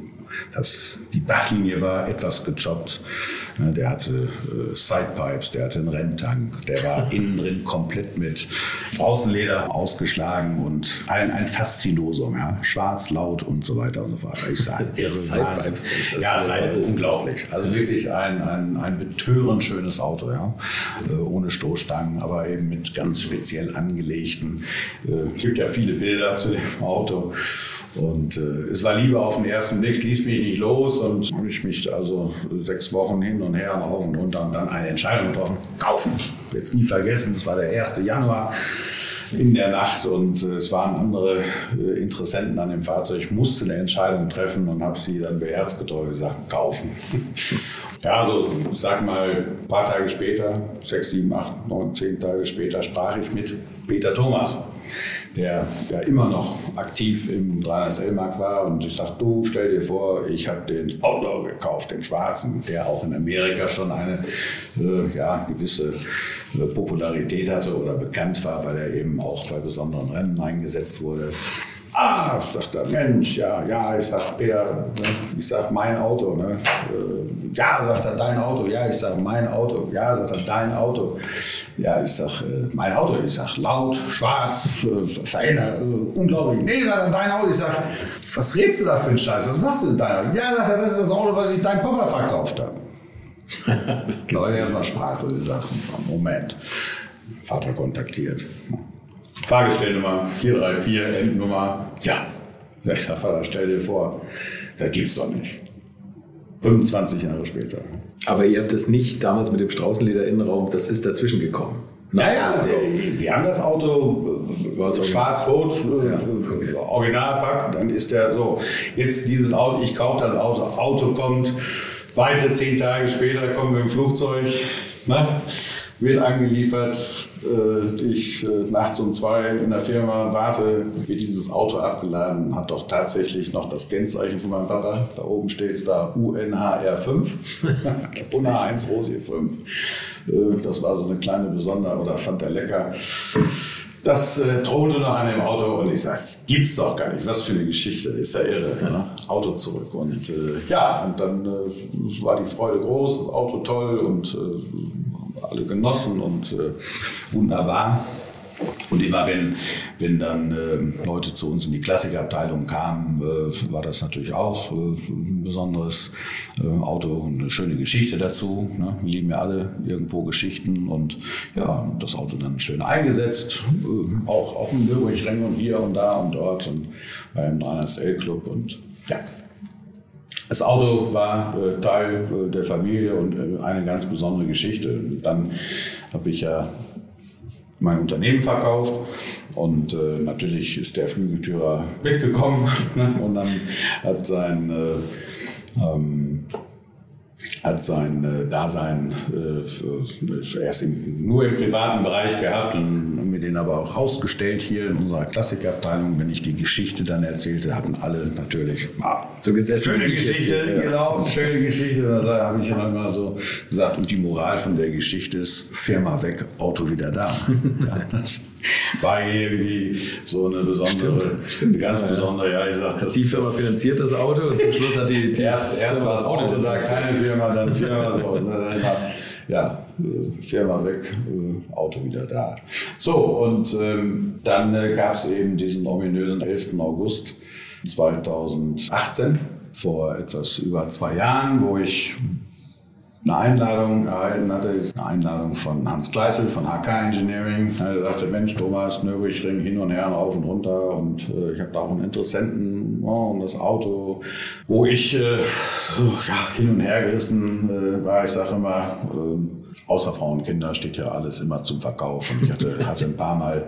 die Dachlinie war etwas gejobbt. Der hatte Sidepipes, der hatte einen Renntank, der war innen drin komplett mit Außenleder ausgeschlagen und ein Faszinosum, schwarz, laut und so weiter und so fort. Ich sage, irre Wahnsinn. Ja, es war unglaublich. Also wirklich ein betörend schönes Auto, ohne Stoßstangen, aber eben mit ganz speziell angelegten. Es gibt ja viele Bilder zu dem Auto. Und es war Liebe auf den ersten Blick, ließ mich nicht los und habe ich mich also 6 Wochen hin und her, rauf und runter und dann eine Entscheidung getroffen, kaufen. Jetzt nie vergessen, es war der 1. Januar in der Nacht und es waren andere Interessenten an dem Fahrzeug. Ich musste eine Entscheidung treffen und habe sie dann beherzgetreu gesagt, kaufen. Ja, also ich sag mal, ein paar Tage später, 6, 7, 8, 9, 10 Tage später sprach ich mit Peter Thomas, der ja immer noch aktiv im 300 SL-Markt war und ich sag, du stell dir vor, ich habe den Outlaw gekauft, den schwarzen, der auch in Amerika schon eine gewisse Popularität hatte oder bekannt war, weil er eben auch bei besonderen Rennen eingesetzt wurde. Ah, sagt er, Mensch, ich sag, Peter, ich sag, mein Auto, ne? Ja, sagt er, dein Auto, ja, ich sag, mein Auto, ja, sagt er, dein Auto. Ja, ich sag, mein Auto, ich sag, laut, schwarz, verändert, unglaublich. Nee, sagt er, dein Auto, ich sag, was redest du da für einen Scheiß, was machst du denn da? Ja, sagt er, das ist das Auto, was ich deinem Papa verkauft habe. Das war erstmal sprachlos, ich sag, Moment, Vater kontaktiert. Fahrgestellnummer 434, Endnummer. Ja, ich sag, Vater, stell dir vor, das gibt's doch nicht. 25 Jahre später. Aber ihr habt das nicht damals mit dem Straußenleder-Innenraum, das ist dazwischen gekommen. Naja, wir haben das Auto schwarz-rot, original packt, dann ist der so. Jetzt dieses Auto, ich kaufe das Auto kommt, weitere 10 Tage später kommen wir im Flugzeug, ne? Wird angeliefert, ich nachts um 2 in der Firma warte, wird dieses Auto abgeladen, hat doch tatsächlich noch das Kennzeichen von meinem Papa, da oben steht es da UNHR5, UNH1 Rosie 5. Das war so eine kleine Besonderheit, oder fand er lecker. Das thronte noch an dem Auto und ich sag, das gibt's doch gar nicht. Was für eine Geschichte, ist ja irre. Ne? Auto zurück und und dann war die Freude groß, das Auto toll und alle genossen und wunderbar. Und immer wenn dann Leute zu uns in die Klassikerabteilung kamen, war das natürlich auch ein besonderes Auto und eine schöne Geschichte dazu. Ne? Wir lieben ja alle irgendwo Geschichten und ja, das Auto dann schön eingesetzt, auch auf dem Nürburgring und hier und da und dort und beim 300 Club und ja. Das Auto war Teil der Familie und eine ganz besondere Geschichte. Und dann habe ich ja mein Unternehmen verkauft und natürlich ist der Flügeltürer mitgekommen, ne? Und dann hat sein Dasein erst nur im privaten Bereich gehabt und haben wir den aber auch ausgestellt hier in unserer Klassikerabteilung. Wenn ich die Geschichte dann erzählte, hatten alle natürlich so gesessen. Schöne Geschichte, genau, schöne Geschichte. Da habe ich immer so gesagt, und die Moral von der Geschichte ist, Firma weg, Auto wieder da. Das war irgendwie so eine besondere, eine ganz besondere, ja, ich sag, die Firma finanziert das Auto und zum Schluss hat die erst war das Auto da, keine Firma, dann Firma, so, und dann ja, Firma weg, Auto wieder da. So, und dann gab es eben diesen ominösen 11. August 2018, vor etwas über 2 Jahren, wo ich eine Einladung erhalten hatte, eine Einladung von Hans Gleißel von HK Engineering. Er sagte, Mensch, Thomas, Nürburgring hin und her, rauf und runter und ich habe da auch einen Interessenten und das Auto, wo ich hin und her gerissen war. Ich sage immer, außer Frauen und Kinder steht ja alles immer zum Verkauf. Und ich hatte ein paar Mal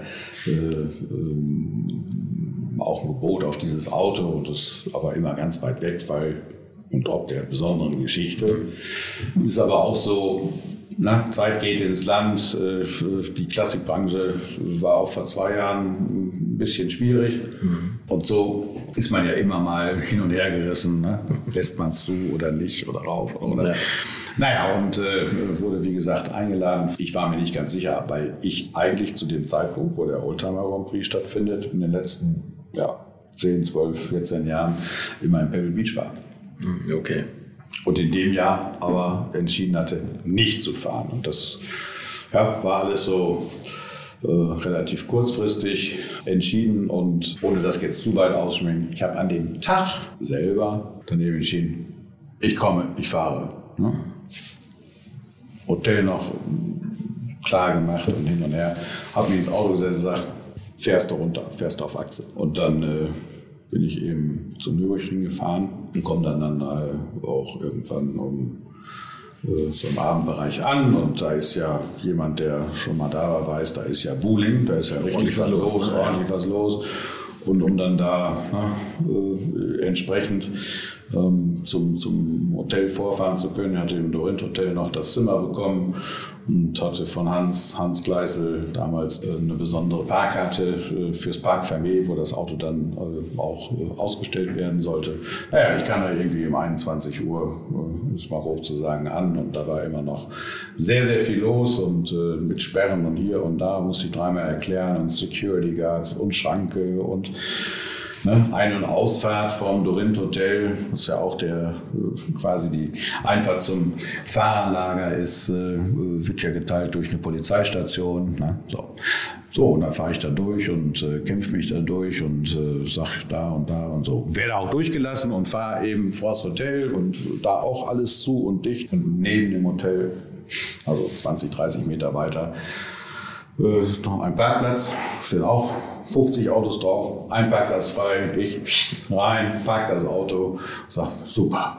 auch ein Gebot auf dieses Auto, und das aber immer ganz weit weg, weil und ob der besonderen Geschichte. Ist aber auch so, Zeit geht ins Land. Die Klassikbranche war auch vor 2 Jahren ein bisschen schwierig. Und so ist man ja immer mal hin und her gerissen. Ne? Lässt man zu oder nicht oder rauf oder. Ja. Naja, und wurde wie gesagt eingeladen. Ich war mir nicht ganz sicher, weil ich eigentlich zu dem Zeitpunkt, wo der Oldtimer Grand Prix stattfindet, in den letzten 10, 12, 14 Jahren immer in Pebble Beach war. Okay. Und in dem Jahr aber entschieden hatte, nicht zu fahren. Und das war alles so relativ kurzfristig entschieden und ohne das jetzt zu weit ausschminken. Ich habe an dem Tag selber daneben entschieden, ich komme, ich fahre. Ne? Hotel noch klar gemacht und hin und her. Habe mich ins Auto gesetzt und gesagt, fährst du runter, fährst du auf Achse. Und dann bin ich eben zum Nürburgring gefahren und komme dann auch irgendwann so im Abendbereich an. Und da ist ja jemand, der schon mal da war, weiß, da ist ja Wuling, da ist ja richtig was los, ordentlich was los. Und um dann da entsprechend zum Hotel vorfahren zu können, hatte im Dorint Hotel noch das Zimmer bekommen und hatte von Hans Gleißel damals eine besondere Parkkarte fürs Parc Fermé, wo das Auto dann auch ausgestellt werden sollte. Naja, ich kam da irgendwie um 21 Uhr, muss mal grob zu sagen, an und da war immer noch sehr, sehr viel los und mit Sperren und hier und da musste ich 3-mal erklären und Security Guards und Schranke und Ein- und Ausfahrt vom Dorint Hotel, was ja auch quasi die Einfahrt zum Fahranlager ist, wird ja geteilt durch eine Polizeistation. Ne? So, und dann fahre ich da durch und kämpfe mich da durch und sage da und so. Werde auch durchgelassen und fahre eben vors Hotel und da auch alles zu und dicht. Und neben dem Hotel, also 20, 30 Meter weiter, Es ist noch ein Parkplatz, stehen auch 50 Autos drauf, ein Parkplatz frei, ich rein, park das Auto, sag super.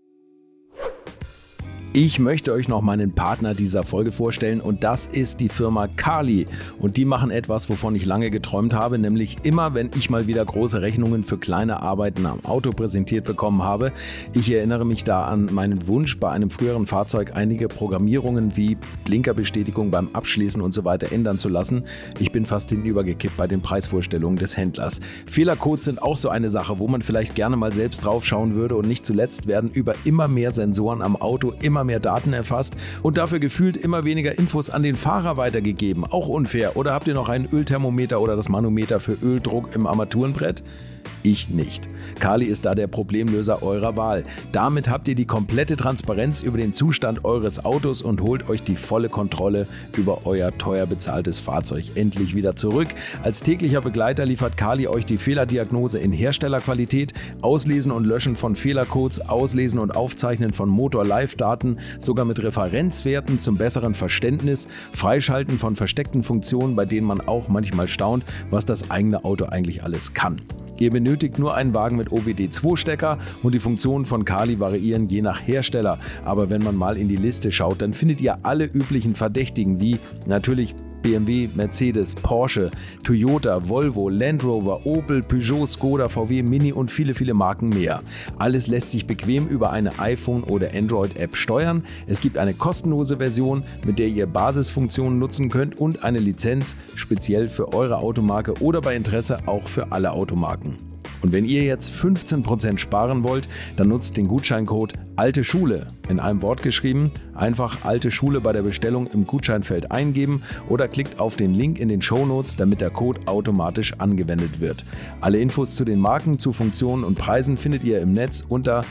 Ich möchte euch noch meinen Partner dieser Folge vorstellen und das ist die Firma Carli. Und die machen etwas, wovon ich lange geträumt habe, nämlich immer, wenn ich mal wieder große Rechnungen für kleine Arbeiten am Auto präsentiert bekommen habe. Ich erinnere mich da an meinen Wunsch, bei einem früheren Fahrzeug einige Programmierungen wie Blinkerbestätigung beim Abschließen und so weiter ändern zu lassen. Ich bin fast hinübergekippt bei den Preisvorstellungen des Händlers. Fehlercodes sind auch so eine Sache, wo man vielleicht gerne mal selbst drauf schauen würde und nicht zuletzt werden über immer mehr Sensoren am Auto immer mehr Daten erfasst und dafür gefühlt immer weniger Infos an den Fahrer weitergegeben. Auch unfair. Oder habt ihr noch einen Ölthermometer oder das Manometer für Öldruck im Armaturenbrett? Ich nicht. Carli ist da der Problemlöser eurer Wahl. Damit habt ihr die komplette Transparenz über den Zustand eures Autos und holt euch die volle Kontrolle über euer teuer bezahltes Fahrzeug endlich wieder zurück. Als täglicher Begleiter liefert Carli euch die Fehlerdiagnose in Herstellerqualität, Auslesen und Löschen von Fehlercodes, Auslesen und Aufzeichnen von Motor-Live-Daten, sogar mit Referenzwerten zum besseren Verständnis, Freischalten von versteckten Funktionen, bei denen man auch manchmal staunt, was das eigene Auto eigentlich alles kann. Ihr benötigt nur einen Wagen mit OBD2-Stecker und die Funktionen von Carli variieren je nach Hersteller. Aber wenn man mal in die Liste schaut, dann findet ihr alle üblichen Verdächtigen wie natürlich BMW, Mercedes, Porsche, Toyota, Volvo, Land Rover, Opel, Peugeot, Skoda, VW, Mini und viele, viele Marken mehr. Alles lässt sich bequem über eine iPhone- oder Android-App steuern. Es gibt eine kostenlose Version, mit der ihr Basisfunktionen nutzen könnt und eine Lizenz speziell für eure Automarke oder bei Interesse auch für alle Automarken. Und wenn ihr jetzt 15% sparen wollt, dann nutzt den Gutscheincode Alte Schule, in einem Wort geschrieben, einfach Alte Schule bei der Bestellung im Gutscheinfeld eingeben oder klickt auf den Link in den Shownotes, damit der Code automatisch angewendet wird. Alle Infos zu den Marken, zu Funktionen und Preisen findet ihr im Netz unter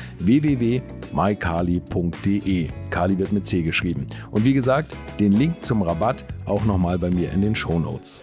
www.mycarli.de. Carli wird mit C geschrieben. Und wie gesagt, den Link zum Rabatt auch nochmal bei mir in den Shownotes.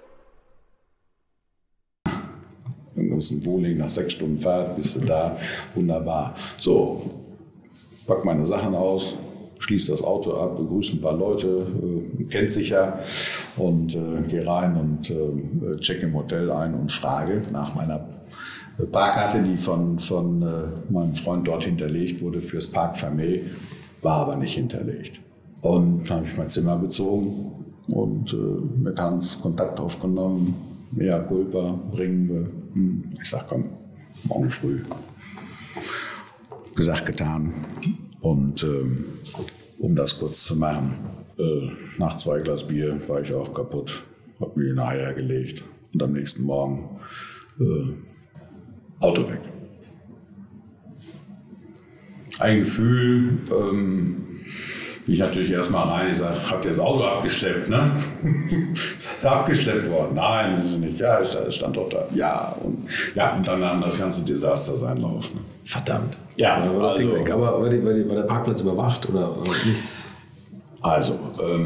Das ist ein Wohling, nach 6 Stunden Fahrt bist du da, wunderbar. So, pack meine Sachen aus, schließe das Auto ab, begrüße ein paar Leute, kennt sich ja und gehe rein und check im Hotel ein und frage nach meiner Parkkarte, die von meinem Freund dort hinterlegt wurde fürs Parc Fermé, war aber nicht hinterlegt. Und dann habe ich mein Zimmer bezogen und mit Hans Kontakt aufgenommen. Ja, Culpa, bringen wir. Ich sag, komm, morgen früh. Gesagt, getan. Und um das kurz zu machen, nach 2 Glas Bier war ich auch kaputt, hab mich in die Eier gelegt und am nächsten Morgen Auto weg. Ein Gefühl, wie ich natürlich erstmal rein, ich sage, habt ihr das Auto abgeschleppt, ne? Ist abgeschleppt worden? Nein, das ist nicht. Ja, es stand doch da. Ja, und dann nahm das ganze Desaster seinen Lauf. Ne? Verdammt. Ja, war das Ding weg. Aber war der Parkplatz überwacht oder nichts? Also,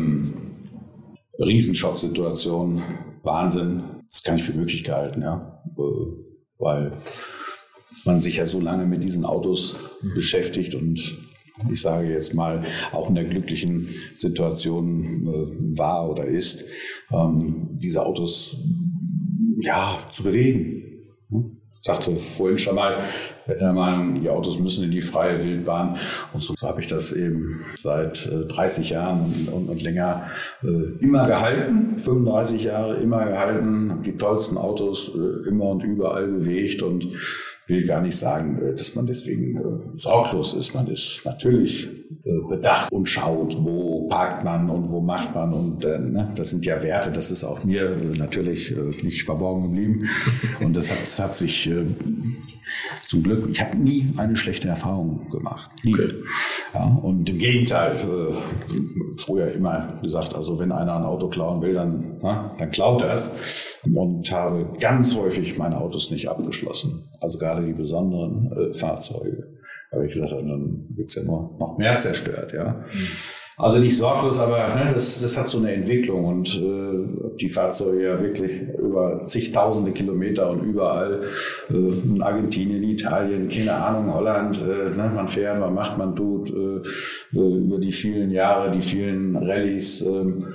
Riesenschocksituation, Wahnsinn. Das kann ich für möglich gehalten, ja. Weil man sich ja so lange mit diesen Autos beschäftigt und ich sage jetzt mal, auch in der glücklichen Situation war oder ist, diese Autos zu bewegen. Ich sagte vorhin schon mal, ich bin der Meinung, die Autos müssen in die freie Wildbahn. Und so habe ich das eben seit 30 Jahren und länger immer gehalten, 35 Jahre immer gehalten, habe die tollsten Autos immer und überall bewegt und will gar nicht sagen, dass man deswegen sorglos ist. Man ist natürlich bedacht und schaut, wo parkt man und wo macht man. Und das sind ja Werte, das ist auch mir natürlich nicht verborgen geblieben. Und das hat sich zum Glück, ich habe nie eine schlechte Erfahrung gemacht. Nie. Okay. Ja, und im Gegenteil, früher immer gesagt, also wenn einer ein Auto klauen will, dann klaut er es. Und habe ganz häufig meine Autos nicht abgeschlossen. Also gerade die besonderen Fahrzeuge. Da habe ich gesagt, dann wird es ja nur noch mehr zerstört. Ja. Also nicht sorglos, aber das hat so eine Entwicklung. Und die Fahrzeuge ja wirklich über zigtausende Kilometer und überall in Argentinien, Italien, keine Ahnung, Holland. Man fährt, man macht, man tut über die vielen Jahre, die vielen Rallyes.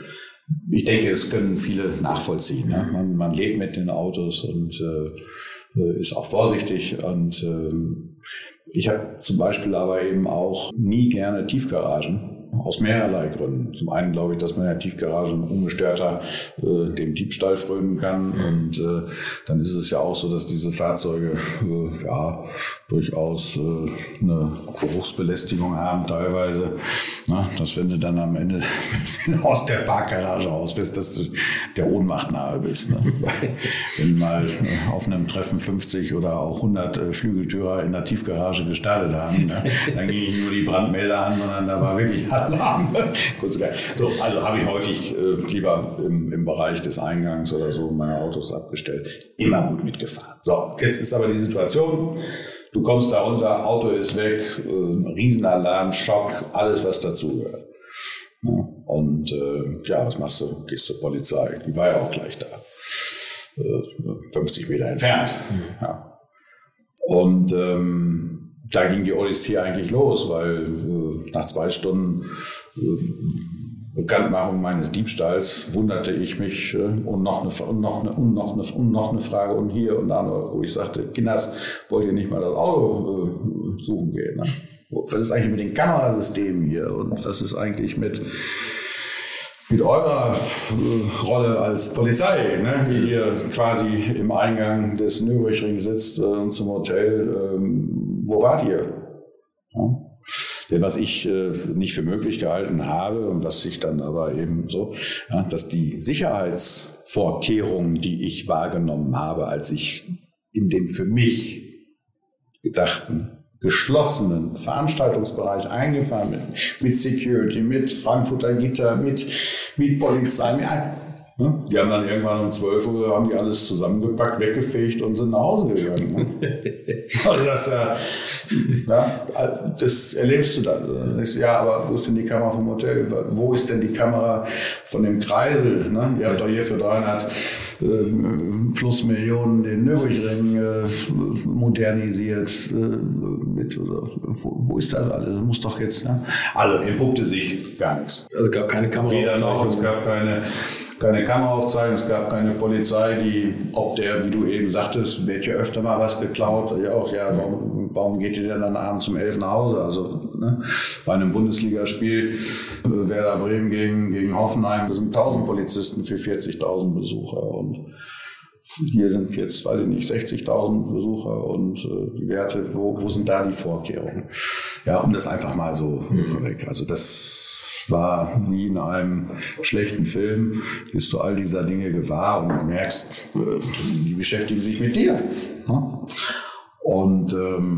ich denke, das können viele nachvollziehen. Ne? Man lebt mit den Autos und ist auch vorsichtig. Und ich habe zum Beispiel aber eben auch nie gerne Tiefgaragen. Aus mehrerlei Gründen. Zum einen glaube ich, dass man in der Tiefgarage ungestörter dem Diebstahl frönen kann. Und dann ist es ja auch so, dass diese Fahrzeuge durchaus eine Geruchsbelästigung haben teilweise. Na, dass wenn du dann am Ende aus der Parkgarage ausfährst, dass du der Ohnmacht nahe bist. Ne? Wenn mal auf einem Treffen 50 oder auch 100 Flügeltürer in der Tiefgarage gestartet haben, ne? Dann ging nicht nur die Brandmelder an, sondern da war wirklich Alarm. So, also habe ich häufig lieber im Bereich des Eingangs oder so meine Autos abgestellt. Immer gut mitgefahren. So, jetzt ist aber die Situation, du kommst da runter, Auto ist weg, Riesenalarm, Schock, alles was dazugehört. Ja, und was machst du? Gehst zur Polizei. Die war ja auch gleich da. 50 Meter entfernt. Ja. Und da ging die Odyssee eigentlich los, weil nach 2 Stunden Bekanntmachung meines Diebstahls wunderte ich mich und noch eine Frage und hier und da, wo ich sagte, Kinders, wollt ihr nicht mal das Auto suchen gehen? Ne? Was ist eigentlich mit den Kamerasystemen hier und was ist eigentlich mit eurer Rolle als Polizei, ne, die hier quasi im Eingang des Nürburgring sitzt und zum Hotel, wo wart ihr? Ja? Denn was ich nicht für möglich gehalten habe und was sich dann aber eben so, ja, dass die Sicherheitsvorkehrungen, die ich wahrgenommen habe, als ich in den für mich gedachten geschlossenen Veranstaltungsbereich eingefahren bin, mit Security, mit Frankfurter Gitter, mit Polizei. Ne? Die haben dann irgendwann um 12 Uhr haben die alles zusammengepackt, weggefegt und sind nach Hause gegangen. Ne? Also das erlebst du dann. Ja, aber wo ist denn die Kamera vom Hotel? Wo ist denn die Kamera von dem Kreisel? Ne? Ihr habt doch hier für 300 plus Millionen den Nürburgring modernisiert. Wo ist das alles? Das muss doch jetzt. Ne? Also entpuppte sich gar nichts. Also gab keine Kameraaufzeichnung. Es gab keine Kameraaufzeichnung, es gab keine Polizei, die, wie du eben sagtest, wird ja öfter mal was geklaut. Warum geht ihr denn dann abends um 11 nach Hause? Also ne, bei einem Bundesligaspiel Werder Bremen gegen Hoffenheim, das sind 1000 Polizisten für 40.000 Besucher und hier sind jetzt, 60.000 Besucher und die Werte, wo sind da die Vorkehrungen? Ja, um das einfach mal so weg. Also das war wie in einem schlechten Film, bist du all dieser Dinge gewahr und merkst, die beschäftigen sich mit dir. Ne? Und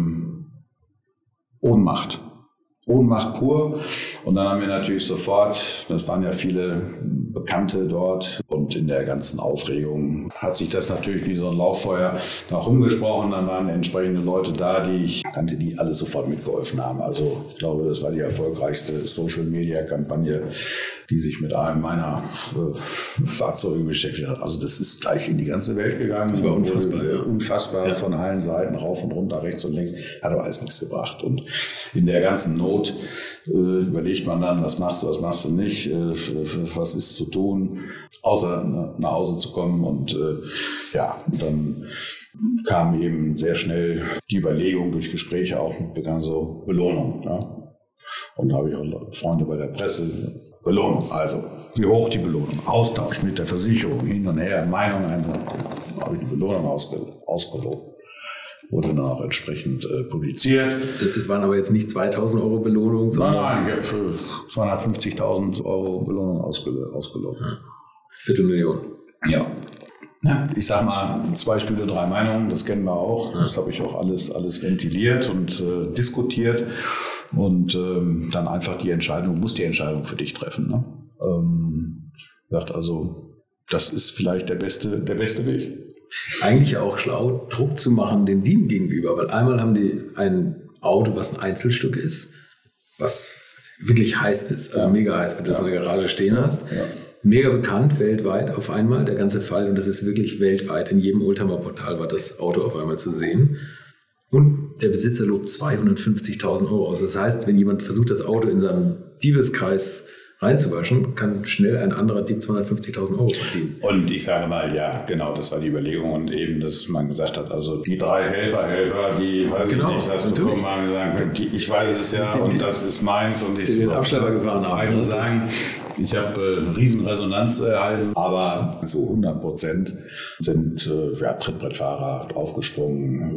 Ohnmacht pur. Und dann haben wir natürlich sofort, das waren ja viele Bekannte dort und in der ganzen Aufregung hat sich das natürlich wie so ein Lauffeuer nach rumgesprochen. Dann waren entsprechende Leute da, die ich kannte, die alle sofort mitgeholfen haben. Also ich glaube, das war die erfolgreichste Social-Media-Kampagne, die sich mit einem meiner Fahrzeuge beschäftigt hat. Also das ist gleich in die ganze Welt gegangen. Das war unfassbar. Unfassbar, ja. Von allen Seiten, rauf und runter, rechts und links. Hat aber alles nichts gebracht. Und in der ganzen Not überlegt man dann, was machst du nicht, was ist zu tun, außer nach Hause zu kommen. Und dann kam eben sehr schnell die Überlegung durch Gespräche auch, begann so Belohnung. Ja? Und da habe ich auch Freunde bei der Presse, Belohnung, also wie hoch die Belohnung, Austausch mit der Versicherung, hin und her, Meinungen einsammeln. Da habe ich die Belohnung ausgelobt. Wurde dann auch entsprechend publiziert. Es waren aber jetzt nicht 2.000 Euro Belohnung, sondern... Nein, ich habe 250.000 Euro Belohnung ausgelobt. Viertelmillion. Ja. Ich sag mal, 2 Stühle, 3 Meinungen, das kennen wir auch. Das habe ich auch alles ventiliert und diskutiert. Und dann einfach die Entscheidung für dich treffen. Ne? Also, das ist vielleicht der beste Weg. Eigentlich auch schlau, Druck zu machen den Dieben gegenüber, weil einmal haben die ein Auto, was ein Einzelstück ist, was wirklich heiß ist, also mega heiß, wenn du das in der Garage stehen hast. Ja. Mega bekannt weltweit auf einmal, der ganze Fall, und das ist wirklich weltweit, in jedem Oldtimer-Portal war das Auto auf einmal zu sehen. Und der Besitzer lobt 250.000 Euro aus. Das heißt, wenn jemand versucht, das Auto in seinem Diebeskreis reinzuwaschen, kann schnell ein anderer Dieb 250.000 € verdienen. Und ich sage mal, ja, genau, das war die Überlegung und eben, dass man gesagt hat, also die 3 Helfer, die weiß ich nicht, was bekommen haben, sagen, ich weiß es ja und das ist meins und ich den Abschlepper gefahren haben. Ich muss sagen, ich habe riesen Resonanz erhalten, aber zu 100% sind Trittbrettfahrer draufgesprungen.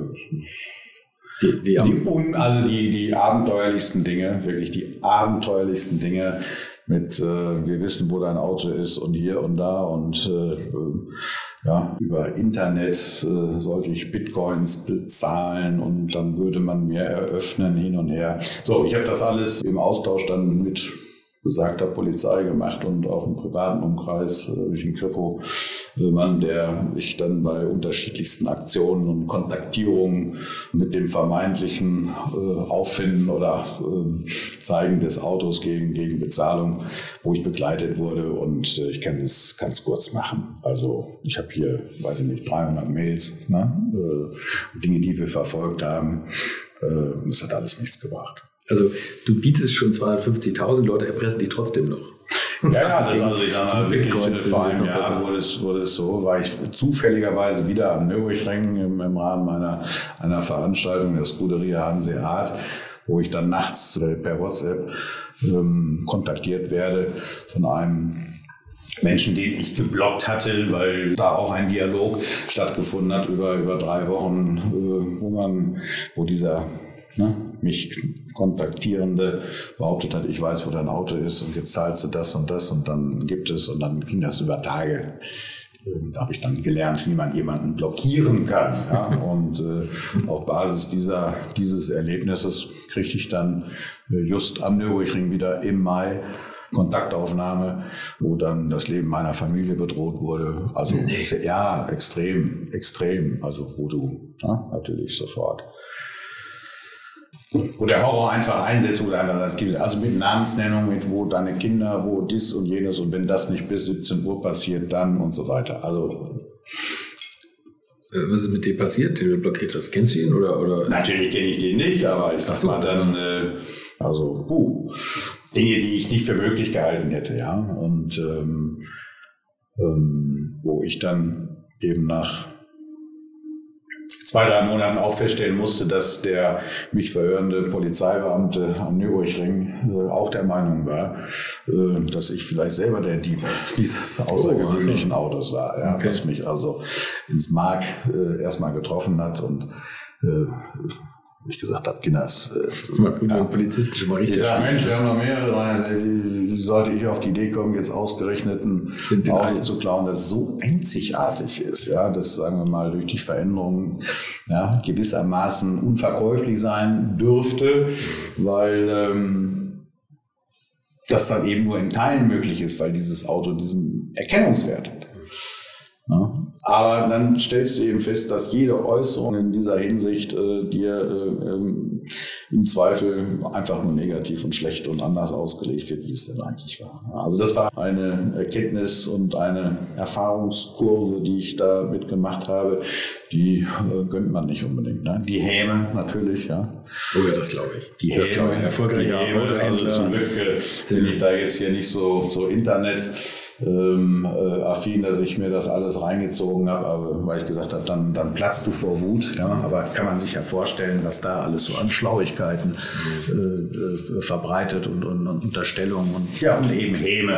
Die abenteuerlichsten Dinge, wirklich die abenteuerlichsten Dinge mit, wir wissen, wo dein Auto ist und hier und da und über Internet sollte ich Bitcoins bezahlen und dann würde man mir eröffnen hin und her. So, ich habe das alles im Austausch dann mit besagter Polizei gemacht und auch im privaten Umkreis durch einen Kripo-Mann, der ich dann bei unterschiedlichsten Aktionen und Kontaktierungen mit dem vermeintlichen Auffinden oder Zeigen des Autos gegen Bezahlung, wo ich begleitet wurde und ich kann es ganz kurz machen. Also ich habe hier, weiß ich nicht, 300 Mails, Dinge, die wir verfolgt haben. Das hat alles nichts gebracht. Also du bietest schon 250.000, Leute erpressen die trotzdem noch. Ja, das also ich sage mal wirklich vor einem Jahr wurde es so, war ich zufälligerweise wieder am Nürburgring im Rahmen einer Veranstaltung der Scuderia Hanseat, wo ich dann nachts per WhatsApp kontaktiert werde von einem Menschen, den ich geblockt hatte, weil da auch ein Dialog stattgefunden hat über 3 Wochen, wo dieser mich kontaktierende behauptet hat, ich weiß, wo dein Auto ist und jetzt zahlst du das und dann gibt es und dann ging das über Tage. Da habe ich dann gelernt, wie man jemanden blockieren kann. Ja? Und auf Basis dieses Erlebnisses kriegte ich dann just am Nürburgring wieder im Mai Kontaktaufnahme, wo dann das Leben meiner Familie bedroht wurde. Also ja, extrem. Also wo du natürlich sofort. Wo der Horror einfach einsetzt, wo du einfach das gibt. Also mit Namensnennung, mit wo deine Kinder, wo dies und jenes und wenn das nicht bis 17 Uhr passiert, dann und so weiter. Also was ist mit dem passiert, den du blockiert hast? Kennst du ihn oder? Natürlich kenne ich den nicht, aber ich sag mal dann, Dinge, die ich nicht für möglich gehalten hätte, ja. Und wo ich dann eben nach 2-3 Monaten auch feststellen musste, dass der mich verhörende Polizeibeamte am Nürburgring auch der Meinung war, dass ich vielleicht selber der Dieb dieses außergewöhnlichen Autos war, ja, okay. Das mich also ins Mark erstmal getroffen hat und ich gesagt habe, Kinders, Polizisten schon mal richtig. Ich sage, Mensch, wir haben noch mehrere. Sollte ich auf die Idee kommen, jetzt ausgerechnet ein Auto zu klauen, das so einzigartig ist, ja, das sagen wir mal durch die Veränderungen gewissermaßen unverkäuflich sein dürfte, weil das dann eben nur in Teilen möglich ist, weil dieses Auto diesen Erkennungswert hat. Ja. Aber dann stellst du eben fest, dass jede Äußerung in dieser Hinsicht dir im Zweifel einfach nur negativ und schlecht und anders ausgelegt wird, wie es denn eigentlich war. Also das war eine Erkenntnis und eine Erfahrungskurve, die ich da mitgemacht habe, die gönnt man nicht unbedingt. Ne? Die Häme natürlich, ja. Oh ja, das glaube ich. Die Häme, erfolgreiche Autohändler. Also zum Glück bin ich da jetzt hier nicht so Internet affin, dass ich mir das alles reingezogen habe, aber weil ich gesagt habe, dann platzt du vor Wut. Ja, aber kann man sich ja vorstellen, was da alles so an Schlauigkeiten verbreitet und Unterstellungen und eben Häme.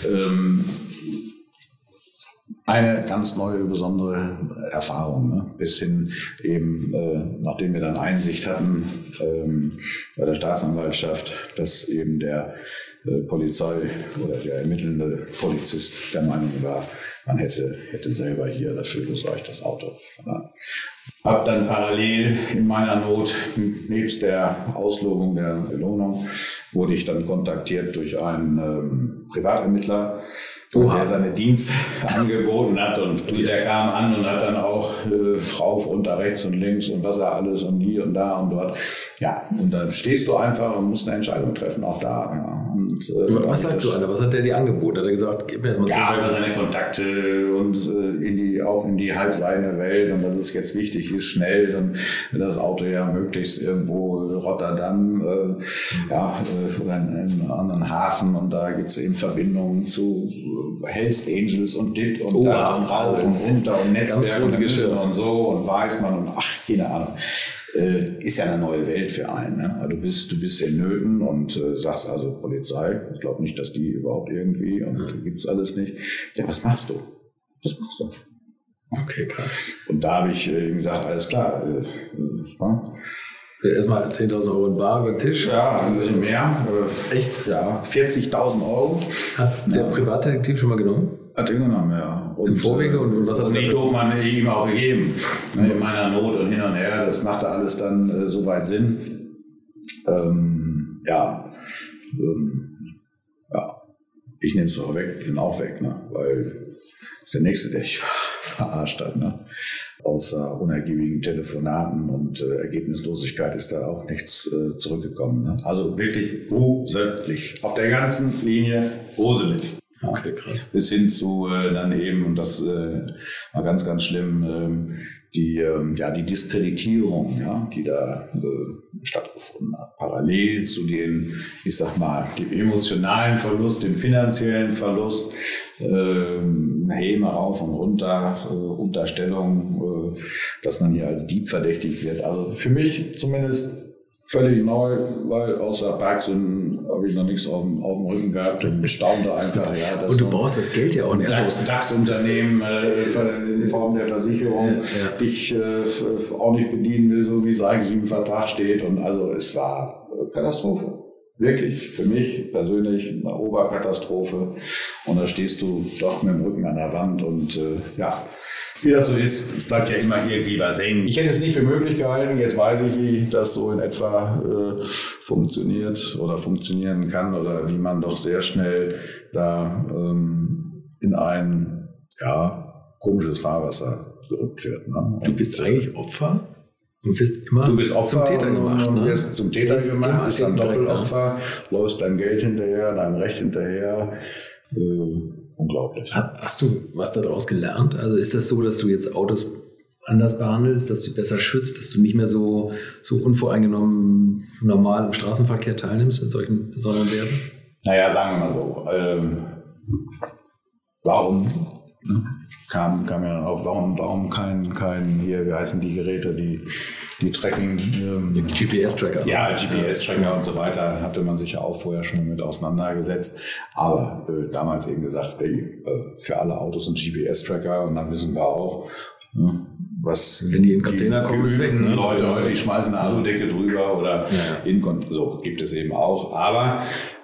Eine ganz neue, besondere Erfahrung, ne? Bis hin eben, nachdem wir dann Einsicht hatten bei der Staatsanwaltschaft, dass eben der Polizei oder der ermittelnde Polizist der Meinung war, man hätte selber hier dafür gesorgt, das Auto. Hab dann parallel in meiner Not, nebst der Auslobung der Belohnung, wurde ich dann kontaktiert durch einen Privatermittler, der seine Dienste angeboten hat und der kam an und hat dann auch rauf, unter, rechts und links und was er alles und hier und da und dort. Ja, und dann stehst du einfach und musst eine Entscheidung treffen, auch da. Ja. Und, was sagt so einer? Was hat der dir angeboten? Hat er gesagt, gib mir erstmal seine Kontakte und auch in die halb seine Welt und dass es jetzt wichtig ist, schnell dann das Auto ja möglichst irgendwo Rotterdam oder in einem anderen Hafen und da gibt es eben Verbindungen zu Hells Angels und dit und da und rauf und runter und Netzwerke und so und weiß man und ach, keine Ahnung. Ist ja eine neue Welt für einen. Ne? Also du bist in Nöten und sagst also Polizei. Ich glaube nicht, dass die überhaupt irgendwie und gibt's alles nicht. Ja, was machst du? Okay, krass. Und da habe ich gesagt, alles klar. Erstmal 10.000 Euro in Bar über den Tisch. Ja, ein bisschen mehr. Echt? Ja, 40.000 Euro. Hat der Privatdetektiv schon mal genommen? Hat er genommen, ja. Und, im Vorwege und was hat er dafür? Die durfte man ihm auch gegeben. In meiner Not und hin und her. Das machte alles dann soweit Sinn. Ich nehme es doch weg, bin auch weg, ne? Weil ist der Nächste, der ich verarscht hat. Ne? Außer unergiebigen Telefonaten und Ergebnislosigkeit ist da auch nichts zurückgekommen. Ne? Also wirklich gruselig. Auf der ganzen Linie gruselig. Okay, krass. Bis hin zu dann eben, und das war ganz, ganz schlimm, die Diskreditierung, ja, die da stattgefunden hat. Parallel zu den, ich sag mal, dem emotionalen Verlust, dem finanziellen Verlust, Häme rauf und runter, Unterstellung, dass man hier als Dieb verdächtigt wird. Also für mich zumindest völlig neu, weil außer Bergsünden habe ich noch nichts auf dem Rücken gehabt und staunte einfach. Ja, und du brauchst das Geld ja auch nicht. Das DAX-Unternehmen in Form der Versicherung dich auch nicht bedienen will, so wie es eigentlich im Vertrag steht. Und also es war Katastrophe. Wirklich, für mich persönlich eine Oberkatastrophe. Und da stehst du doch mit dem Rücken an der Wand und wie das so ist, es bleibt ja immer irgendwie was hängen. Ich hätte es nicht für möglich gehalten, jetzt weiß ich, wie das so in etwa funktioniert oder funktionieren kann oder wie man doch sehr schnell da in ein komisches Fahrwasser gerückt wird. Ne? Du bist eigentlich Opfer? Und wirst immer Opfer, zum Täter gemacht. Du wirst zum Täter gemacht, bist dann Doppelopfer, läufst deinem Geld hinterher, deinem Recht hinterher. Unglaublich. Hast du was daraus gelernt? Also ist das so, dass du jetzt Autos anders behandelst, dass du besser schützt, dass du nicht mehr so unvoreingenommen normal im Straßenverkehr teilnimmst mit solchen besonderen Werten? Naja, sagen wir mal so. Warum kam ja dann auch, warum kein hier, wie heißen die Geräte, die Tracking... GPS-Tracker. Ja, GPS-Tracker und so weiter, hatte man sich ja auch vorher schon mit auseinandergesetzt. Aber damals eben gesagt, für alle Autos ein GPS-Tracker und dann wissen wir auch, was... Wenn die in Container kommen, ist weg. Ne? Leute heute, die schmeißen eine Aludecke drüber oder so gibt es eben auch. Aber...